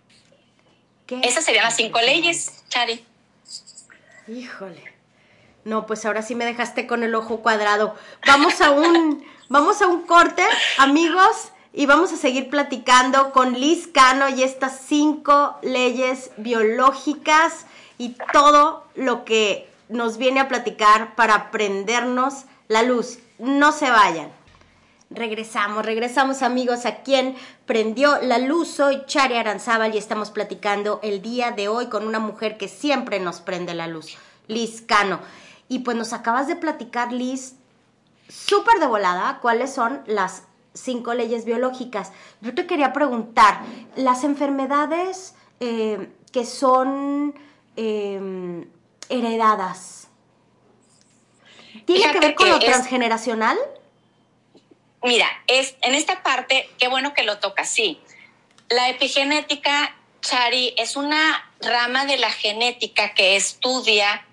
Esas serían las 5 leyes, Chari. Híjole. No, pues ahora sí me dejaste con el ojo cuadrado. Vamos a un corte, amigos. Y vamos a seguir platicando con Liz Cano y estas 5 leyes biológicas y todo lo que nos viene a platicar para prendernos la luz. No se vayan. Regresamos amigos a quien prendió la luz. Soy Chari Aranzábal y estamos platicando el día de hoy con una mujer que siempre nos prende la luz, Liz Cano. Y pues nos acabas de platicar, Liz, súper de volada, cuáles son las 5 leyes biológicas. Yo te quería preguntar, las enfermedades que son heredadas, ¿tiene que ver con lo transgeneracional? Mira, en esta parte, qué bueno que lo tocas, sí. La epigenética, Chari, es una rama de la genética que estudia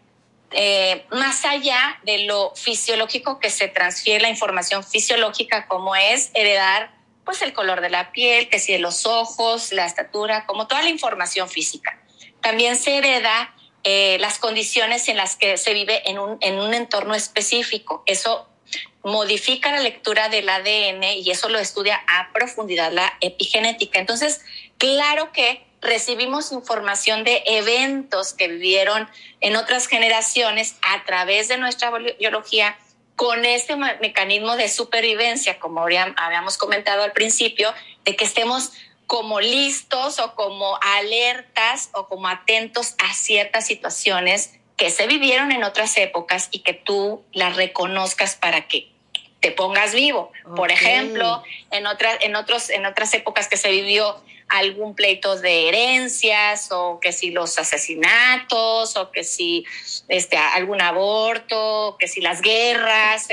más allá de lo fisiológico, que se transfiere la información fisiológica, como es heredar pues el color de la piel, que si de los ojos, la estatura, como toda la información física. También se hereda las condiciones en las que se vive en un entorno específico. Eso modifica la lectura del ADN y eso lo estudia a profundidad la epigenética. Entonces, claro que recibimos información de eventos que vivieron en otras generaciones a través de nuestra biología con este mecanismo de supervivencia, como habíamos comentado al principio, de que estemos como listos o como alertas o como atentos a ciertas situaciones que se vivieron en otras épocas y que tú las reconozcas para que te pongas vivo. Okay. Por ejemplo, en otras épocas que se vivió algún pleito de herencias, o que si los asesinatos, o que si algún aborto, o que si las guerras,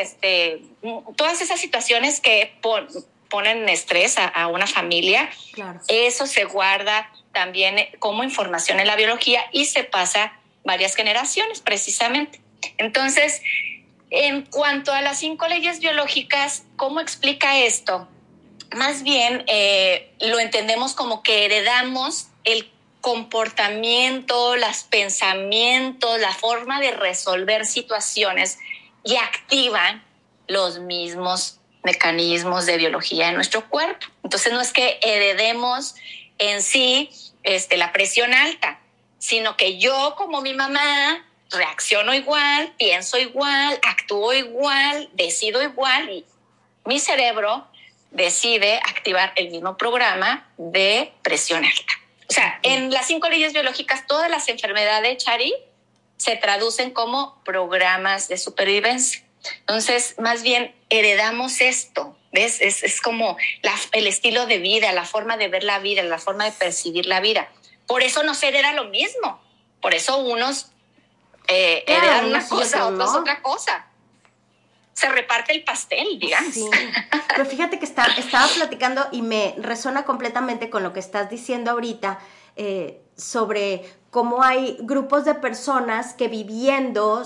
todas esas situaciones que ponen estrés a una familia. Claro. Eso se guarda también como información en la biología y se pasa varias generaciones precisamente. Entonces, en cuanto a las 5 leyes biológicas, ¿cómo explica esto? Más bien lo entendemos como que heredamos el comportamiento, los pensamientos, la forma de resolver situaciones y activan los mismos mecanismos de biología en nuestro cuerpo. Entonces no es que heredemos en sí la presión alta, sino que yo, como mi mamá, reacciono igual, pienso igual, actúo igual, decido igual y mi cerebro decide activar el mismo programa de presión alta. O sea, en las 5 leyes biológicas, todas las enfermedades, Chari, se traducen como programas de supervivencia. Entonces, más bien, heredamos esto. ¿ves? Es como el estilo de vida, la forma de ver la vida, la forma de percibir la vida. Por eso no se hereda lo mismo. Por eso unos heredan una cosa, otros otra cosa. Se reparte el pastel, digamos. Sí, pero fíjate que estaba platicando y me resuena completamente con lo que estás diciendo ahorita, sobre cómo hay grupos de personas que viviendo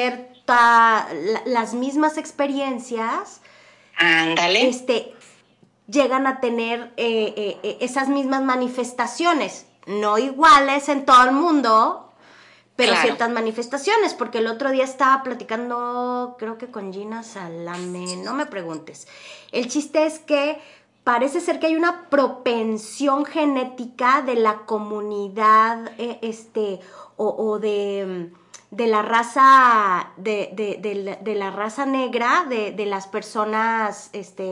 las mismas experiencias, ándale, llegan a tener esas mismas manifestaciones, no iguales en todo el mundo, pero claro, ciertas manifestaciones, porque el otro día estaba platicando, creo que con Gina Salame, no me preguntes. El chiste es que parece ser que hay una propensión genética de la comunidad, o de la raza, de la raza negra, de las personas,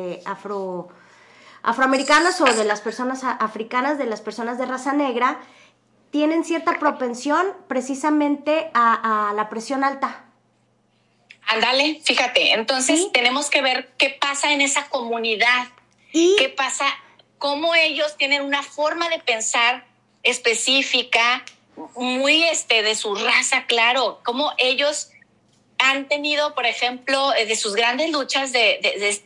afroamericanas o de las personas africanas, de las personas de raza negra, tienen cierta propensión precisamente a la presión alta. Ándale, fíjate, entonces ¿sí? Tenemos que ver qué pasa en esa comunidad, ¿y qué pasa? Cómo ellos tienen una forma de pensar específica, muy de su raza, claro, cómo ellos han tenido, por ejemplo, de sus grandes luchas de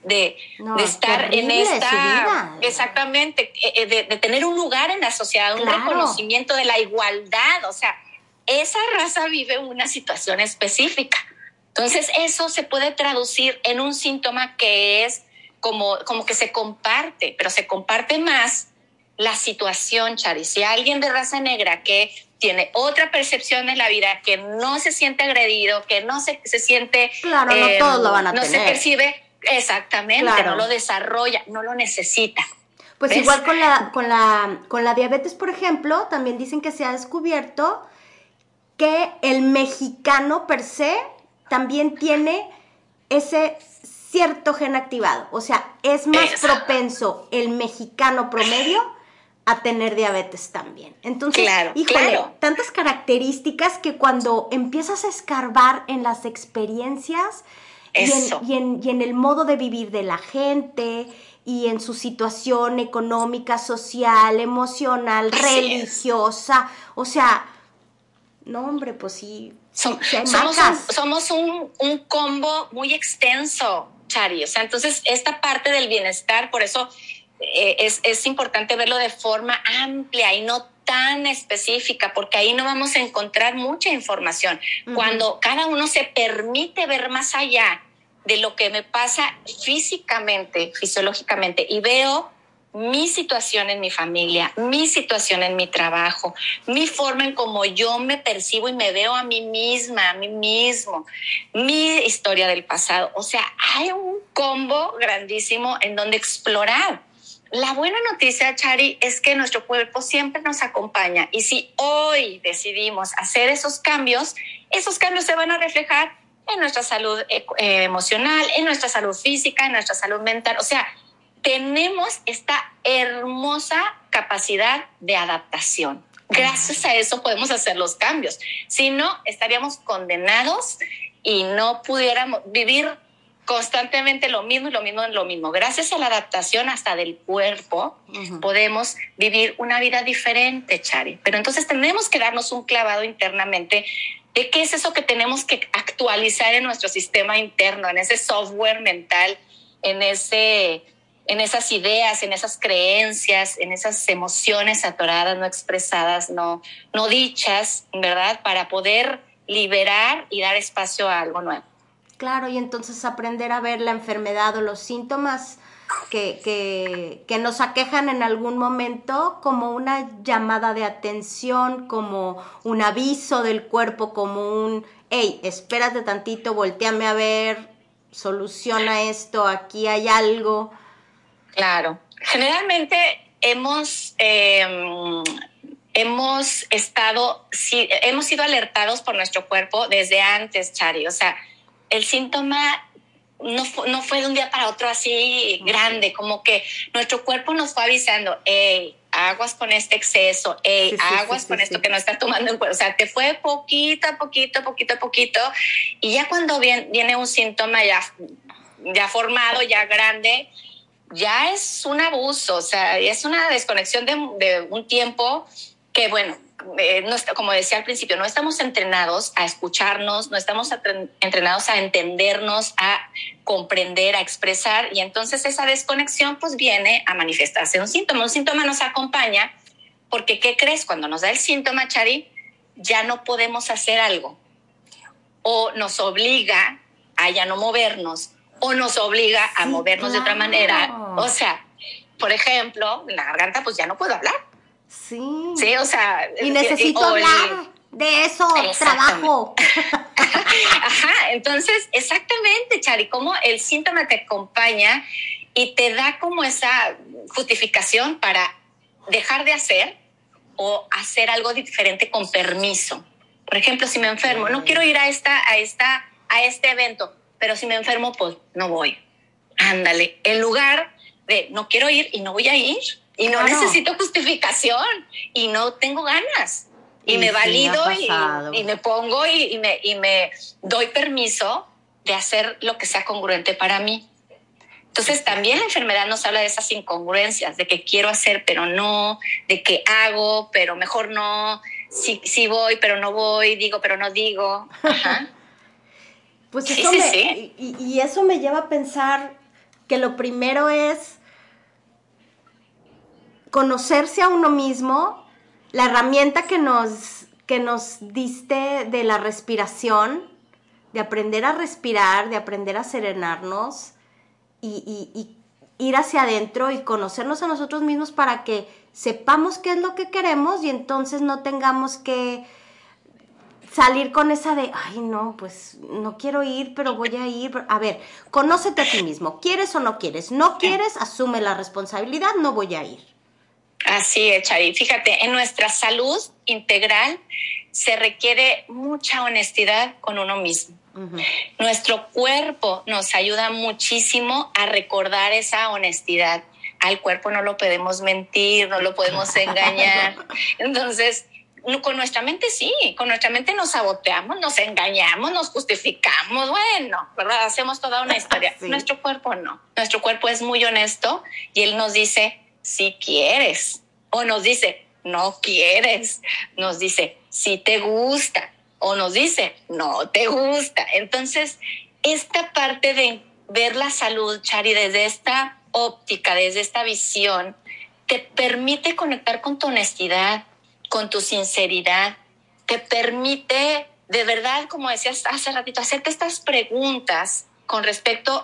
estar en esta, exactamente, de tener un lugar en la sociedad, claro, un reconocimiento de la igualdad, o sea, esa raza vive una situación específica. Entonces, eso se puede traducir en un síntoma que es como que se comparte, pero se comparte más la situación, Chari. Si alguien de raza negra que tiene otra percepción de la vida, que no se siente agredido, que no se siente... Claro, no todos lo van a tener. No se percibe, exactamente, claro, no lo desarrolla, no lo necesita. Pues ¿ves? Igual con la diabetes, por ejemplo, también dicen que se ha descubierto que el mexicano per se también tiene ese cierto gen activado. O sea, es más propenso el mexicano promedio a tener diabetes también. Entonces, claro, híjole, claro, tantas características que cuando empiezas a escarbar en las experiencias y en el modo de vivir de la gente y en su situación económica, social, emocional, así religiosa, o sea, no hombre, pues sí, somos un combo muy extenso, Chari, o sea, entonces esta parte del bienestar, por eso es importante verlo de forma amplia y no tan específica, porque ahí no vamos a encontrar mucha información. Uh-huh. Cuando cada uno se permite ver más allá de lo que me pasa físicamente, fisiológicamente, y veo mi situación en mi familia, mi situación en mi trabajo, mi forma en cómo yo me percibo y me veo a mí misma, a mí mismo, mi historia del pasado. O sea, hay un combo grandísimo en donde explorar. La buena noticia, Chari, es que nuestro cuerpo siempre nos acompaña, y si hoy decidimos hacer esos cambios se van a reflejar en nuestra salud emocional, en nuestra salud física, en nuestra salud mental. O sea, tenemos esta hermosa capacidad de adaptación. Gracias a eso podemos hacer los cambios. Si no, estaríamos condenados y no pudiéramos vivir constantemente lo mismo y lo mismo y lo mismo. Gracias a la adaptación hasta del cuerpo, uh-huh, podemos vivir una vida diferente, Chari. Pero entonces tenemos que darnos un clavado internamente de qué es eso que tenemos que actualizar en nuestro sistema interno, en ese software mental, en esas ideas, en esas creencias, en esas emociones atoradas, no expresadas, no dichas, ¿verdad? Para poder liberar y dar espacio a algo nuevo. Claro, y entonces aprender a ver la enfermedad o los síntomas que nos aquejan en algún momento como una llamada de atención, como un aviso del cuerpo, como un, hey, espérate tantito, voltéame a ver, soluciona esto, aquí hay algo. Claro, generalmente hemos sido alertados por nuestro cuerpo desde antes, Chari. O sea, el síntoma no fue de un día para otro así grande, como que nuestro cuerpo nos fue avisando, hey, aguas con este exceso, hey, aguas con esto que no estás tomando en cuenta. O sea, te fue poquito a poquito, y ya cuando viene un síntoma ya formado, ya grande, ya es un abuso, o sea, es una desconexión de un tiempo que, bueno, no está, como decía al principio, no estamos entrenados a escucharnos, no estamos entrenados a entendernos, a comprender, a expresar, y entonces esa desconexión pues viene a manifestarse un síntoma. Un síntoma nos acompaña porque, ¿qué crees? Cuando nos da el síntoma, Chari, ya no podemos hacer algo, o nos obliga a ya no movernos, o nos obliga a movernos de otra manera. O sea, por ejemplo, la garganta, pues ya no puedo hablar. Sí. Sí, o sea. Y necesito hablar de eso, trabajo. Ajá, entonces, exactamente, Chari, como el síntoma te acompaña y te da como esa justificación para dejar de hacer o hacer algo diferente con permiso. Por ejemplo, si me enfermo, no quiero ir a este evento, pero si me enfermo, pues no voy. Ándale, en lugar de no quiero ir y no voy a ir, y no necesito justificación, y no tengo ganas, y me valido y me pongo y me doy permiso de hacer lo que sea congruente para mí. Entonces también la enfermedad nos habla de esas incongruencias, de que quiero hacer pero no, de que hago pero mejor no, sí voy pero no voy, digo pero no digo. Ajá. Pues eso sí. Y eso me lleva a pensar que lo primero es conocerse a uno mismo, la herramienta que nos diste de la respiración, de aprender a respirar, de aprender a serenarnos y ir hacia adentro y conocernos a nosotros mismos para que sepamos qué es lo que queremos y entonces no tengamos que salir con esa de, ay no, pues no quiero ir, pero voy a ir. A ver, conócete a ti mismo, ¿quieres o no quieres? No quieres, asume la responsabilidad, no voy a ir. Así es, Chari. Fíjate, en nuestra salud integral se requiere mucha honestidad con uno mismo. Uh-huh. Nuestro cuerpo nos ayuda muchísimo a recordar esa honestidad. Al cuerpo no lo podemos mentir, no lo podemos engañar. Entonces, con nuestra mente sí, con nuestra mente nos saboteamos, nos engañamos, nos justificamos, bueno, ¿verdad? Hacemos toda una historia. Sí. Nuestro cuerpo no. Nuestro cuerpo es muy honesto y él nos dice, si quieres, o nos dice, no quieres, nos dice, si te gusta, o nos dice, no te gusta. Entonces, esta parte de ver la salud, Chari, desde esta óptica, desde esta visión, te permite conectar con tu honestidad, con tu sinceridad, te permite, de verdad, como decías hace ratito, hacerte estas preguntas con respecto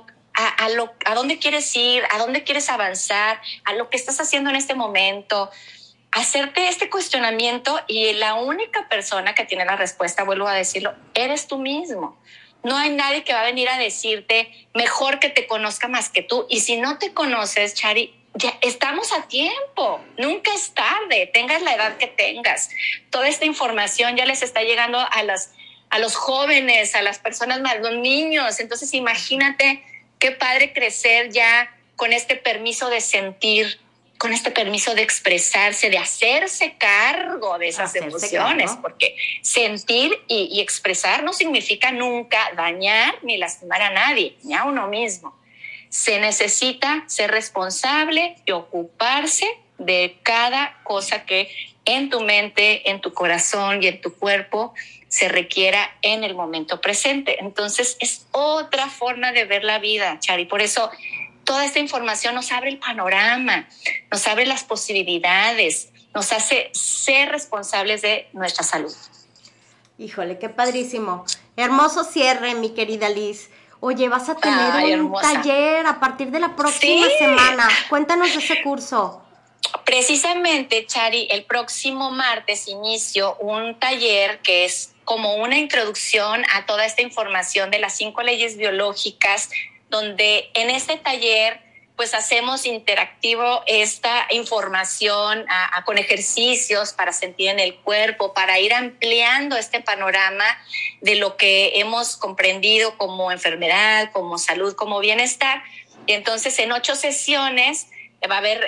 a dónde quieres ir, a dónde quieres avanzar, a lo que estás haciendo en este momento, hacerte este cuestionamiento y la única persona que tiene la respuesta, vuelvo a decirlo, eres tú mismo. No hay nadie que va a venir a decirte mejor que te conozca más que tú. Y si no te conoces, Chari, ya estamos a tiempo. Nunca es tarde, tengas la edad que tengas. Toda esta información ya les está llegando a los jóvenes, a las personas más, los niños. Entonces imagínate qué padre crecer ya con este permiso de sentir, con este permiso de expresarse, de hacerse cargo de esas emociones, porque sentir y expresar no significa nunca dañar ni lastimar a nadie, ni a uno mismo. Se necesita ser responsable y ocuparse de cada cosa que en tu mente, en tu corazón y en tu cuerpo se requiera en el momento presente. Entonces es otra forma de ver la vida, Chari. Por eso toda esta información nos abre el panorama, nos abre las posibilidades, nos hace ser responsables de nuestra salud. Híjole, qué padrísimo. Hermoso cierre, mi querida Liz. Oye, vas a tener un taller a partir de la próxima semana. Cuéntanos de ese curso. Precisamente, Chari, el próximo martes inicio un taller que es como una introducción a toda esta información de las 5 leyes biológicas, donde en este taller pues hacemos interactivo esta información con ejercicios para sentir en el cuerpo, para ir ampliando este panorama de lo que hemos comprendido como enfermedad, como salud, como bienestar. Y entonces en 8 sesiones va a haber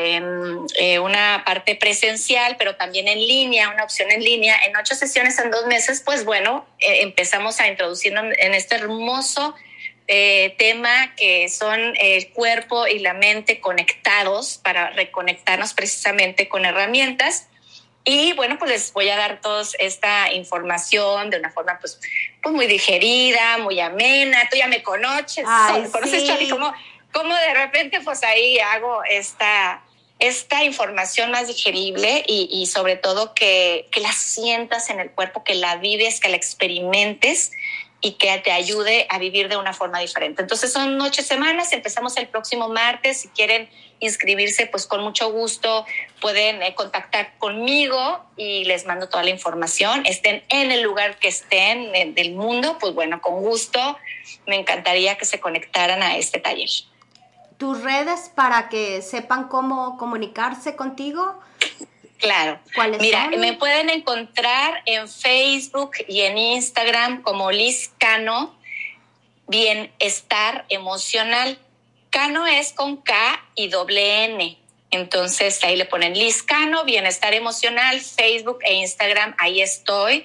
una parte presencial, pero también en línea, una opción en línea. En 8 sesiones en 2 meses, pues bueno, empezamos a introducirnos en este hermoso tema que son el cuerpo y la mente conectados para reconectarnos precisamente con herramientas. Y bueno, pues les voy a dar toda esta información de una forma pues muy digerida, muy amena. Tú ya me conoces, ¿conoces, Chari? Cómo de repente pues ahí hago esta información más digerible y sobre todo que la sientas en el cuerpo, que la vives, que la experimentes y que te ayude a vivir de una forma diferente. Entonces son 8 semanas, empezamos el próximo martes. Si quieren inscribirse, pues con mucho gusto pueden contactar conmigo y les mando toda la información. Estén en el lugar que estén del mundo, pues bueno, con gusto. Me encantaría que se conectaran a este taller. ¿Tus redes para que sepan cómo comunicarse contigo? Claro. ¿Cuáles Mira, son? me pueden encontrar en Facebook y en Instagram como Liz Cano, Bienestar Emocional. Cano es con K y doble N. Entonces ahí le ponen Liz Cano, Bienestar Emocional, Facebook e Instagram, ahí estoy.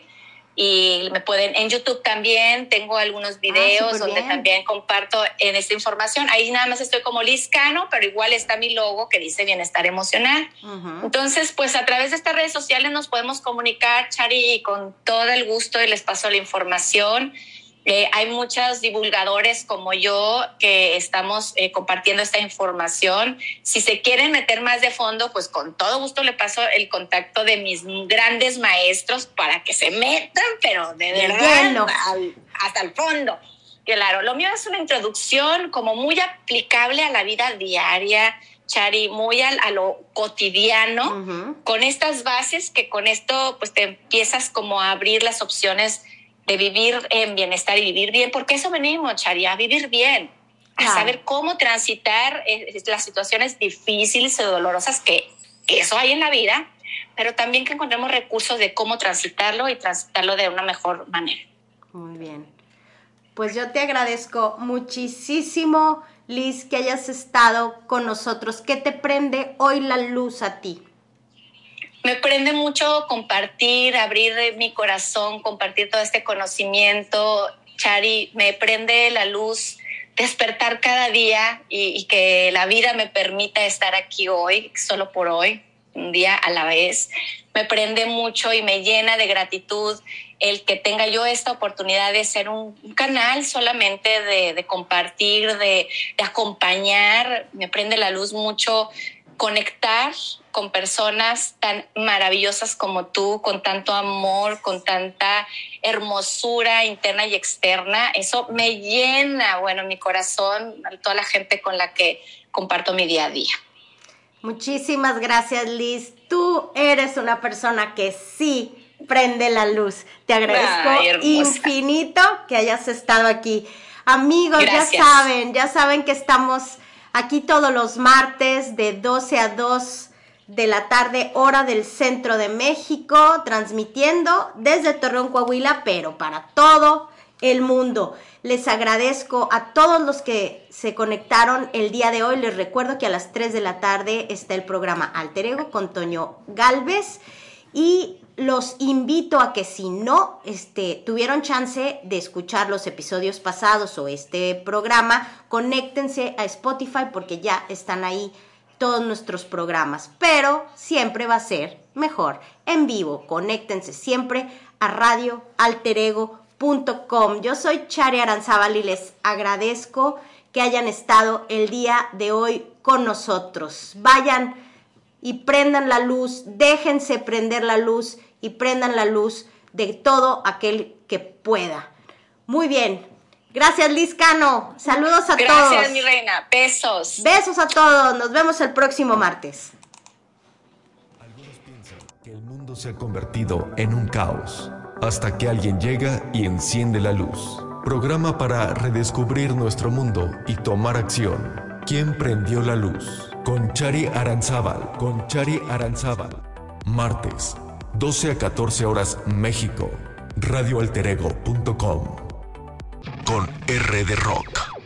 Y me pueden, en YouTube también tengo algunos videos donde también comparto en esta información. Ahí nada más estoy como Liz Cano, pero igual está mi logo que dice Bienestar Emocional. Uh-huh. Entonces, pues a través de estas redes sociales nos podemos comunicar, Chari, con todo el gusto y les paso la información. Hay muchos divulgadores como yo que estamos compartiendo esta información. Si se quieren meter más de fondo, pues con todo gusto le paso el contacto de mis grandes maestros para que se metan, pero de verdad hasta el fondo. Claro, lo mío es una introducción como muy aplicable a la vida diaria, Chari, muy a lo cotidiano, uh-huh, con estas bases que con esto pues te empiezas como a abrir las opciones de vivir en bienestar y vivir bien, porque eso venimos, Chari, a vivir bien, a saber cómo transitar las situaciones difíciles y dolorosas que eso hay en la vida, pero también que encontremos recursos de cómo transitarlo y transitarlo de una mejor manera. Muy bien. Pues yo te agradezco muchísimo, Liz, que hayas estado con nosotros. ¿Qué te prende hoy la luz a ti? Me prende mucho compartir, abrir mi corazón, compartir todo este conocimiento. Chari, me prende la luz, despertar cada día y que la vida me permita estar aquí hoy, solo por hoy, un día a la vez. Me prende mucho y me llena de gratitud el que tenga yo esta oportunidad de ser un canal solamente de compartir, de acompañar. Me prende la luz mucho conectar con personas tan maravillosas como tú, con tanto amor, con tanta hermosura interna y externa. Eso me llena, mi corazón, a toda la gente con la que comparto mi día a día. Muchísimas gracias, Liz. Tú eres una persona que sí prende la luz. Te agradezco infinito que hayas estado aquí. Amigos, gracias. ya saben que estamos aquí todos los martes de 12 a 2 de la tarde, hora del centro de México, transmitiendo desde Torreón, Coahuila, pero para todo el mundo. Les agradezco a todos los que se conectaron el día de hoy. Les recuerdo que a las 3 de la tarde está el programa Alter Ego con Toño Galvez y los invito a que si no tuvieron chance de escuchar los episodios pasados o este programa, conéctense a Spotify porque ya están ahí todos nuestros programas, pero siempre va a ser mejor en vivo. Conéctense siempre a radioalterego.com. Yo soy Chari Aranzábal y les agradezco que hayan estado el día de hoy con nosotros. Vayan y prendan la luz, déjense prender la luz y prendan la luz de todo aquel que pueda. Muy bien. Gracias, Liz Cano. Saludos a todos. Gracias, mi reina. Besos. Besos a todos. Nos vemos el próximo martes. Algunos piensan que el mundo se ha convertido en un caos, hasta que alguien llega y enciende la luz. Programa para redescubrir nuestro mundo y tomar acción. ¿Quién prendió la luz? Con Chari Aranzábal. Martes, 12 a 14 horas México. Radioalterego.com. Con R de Rock.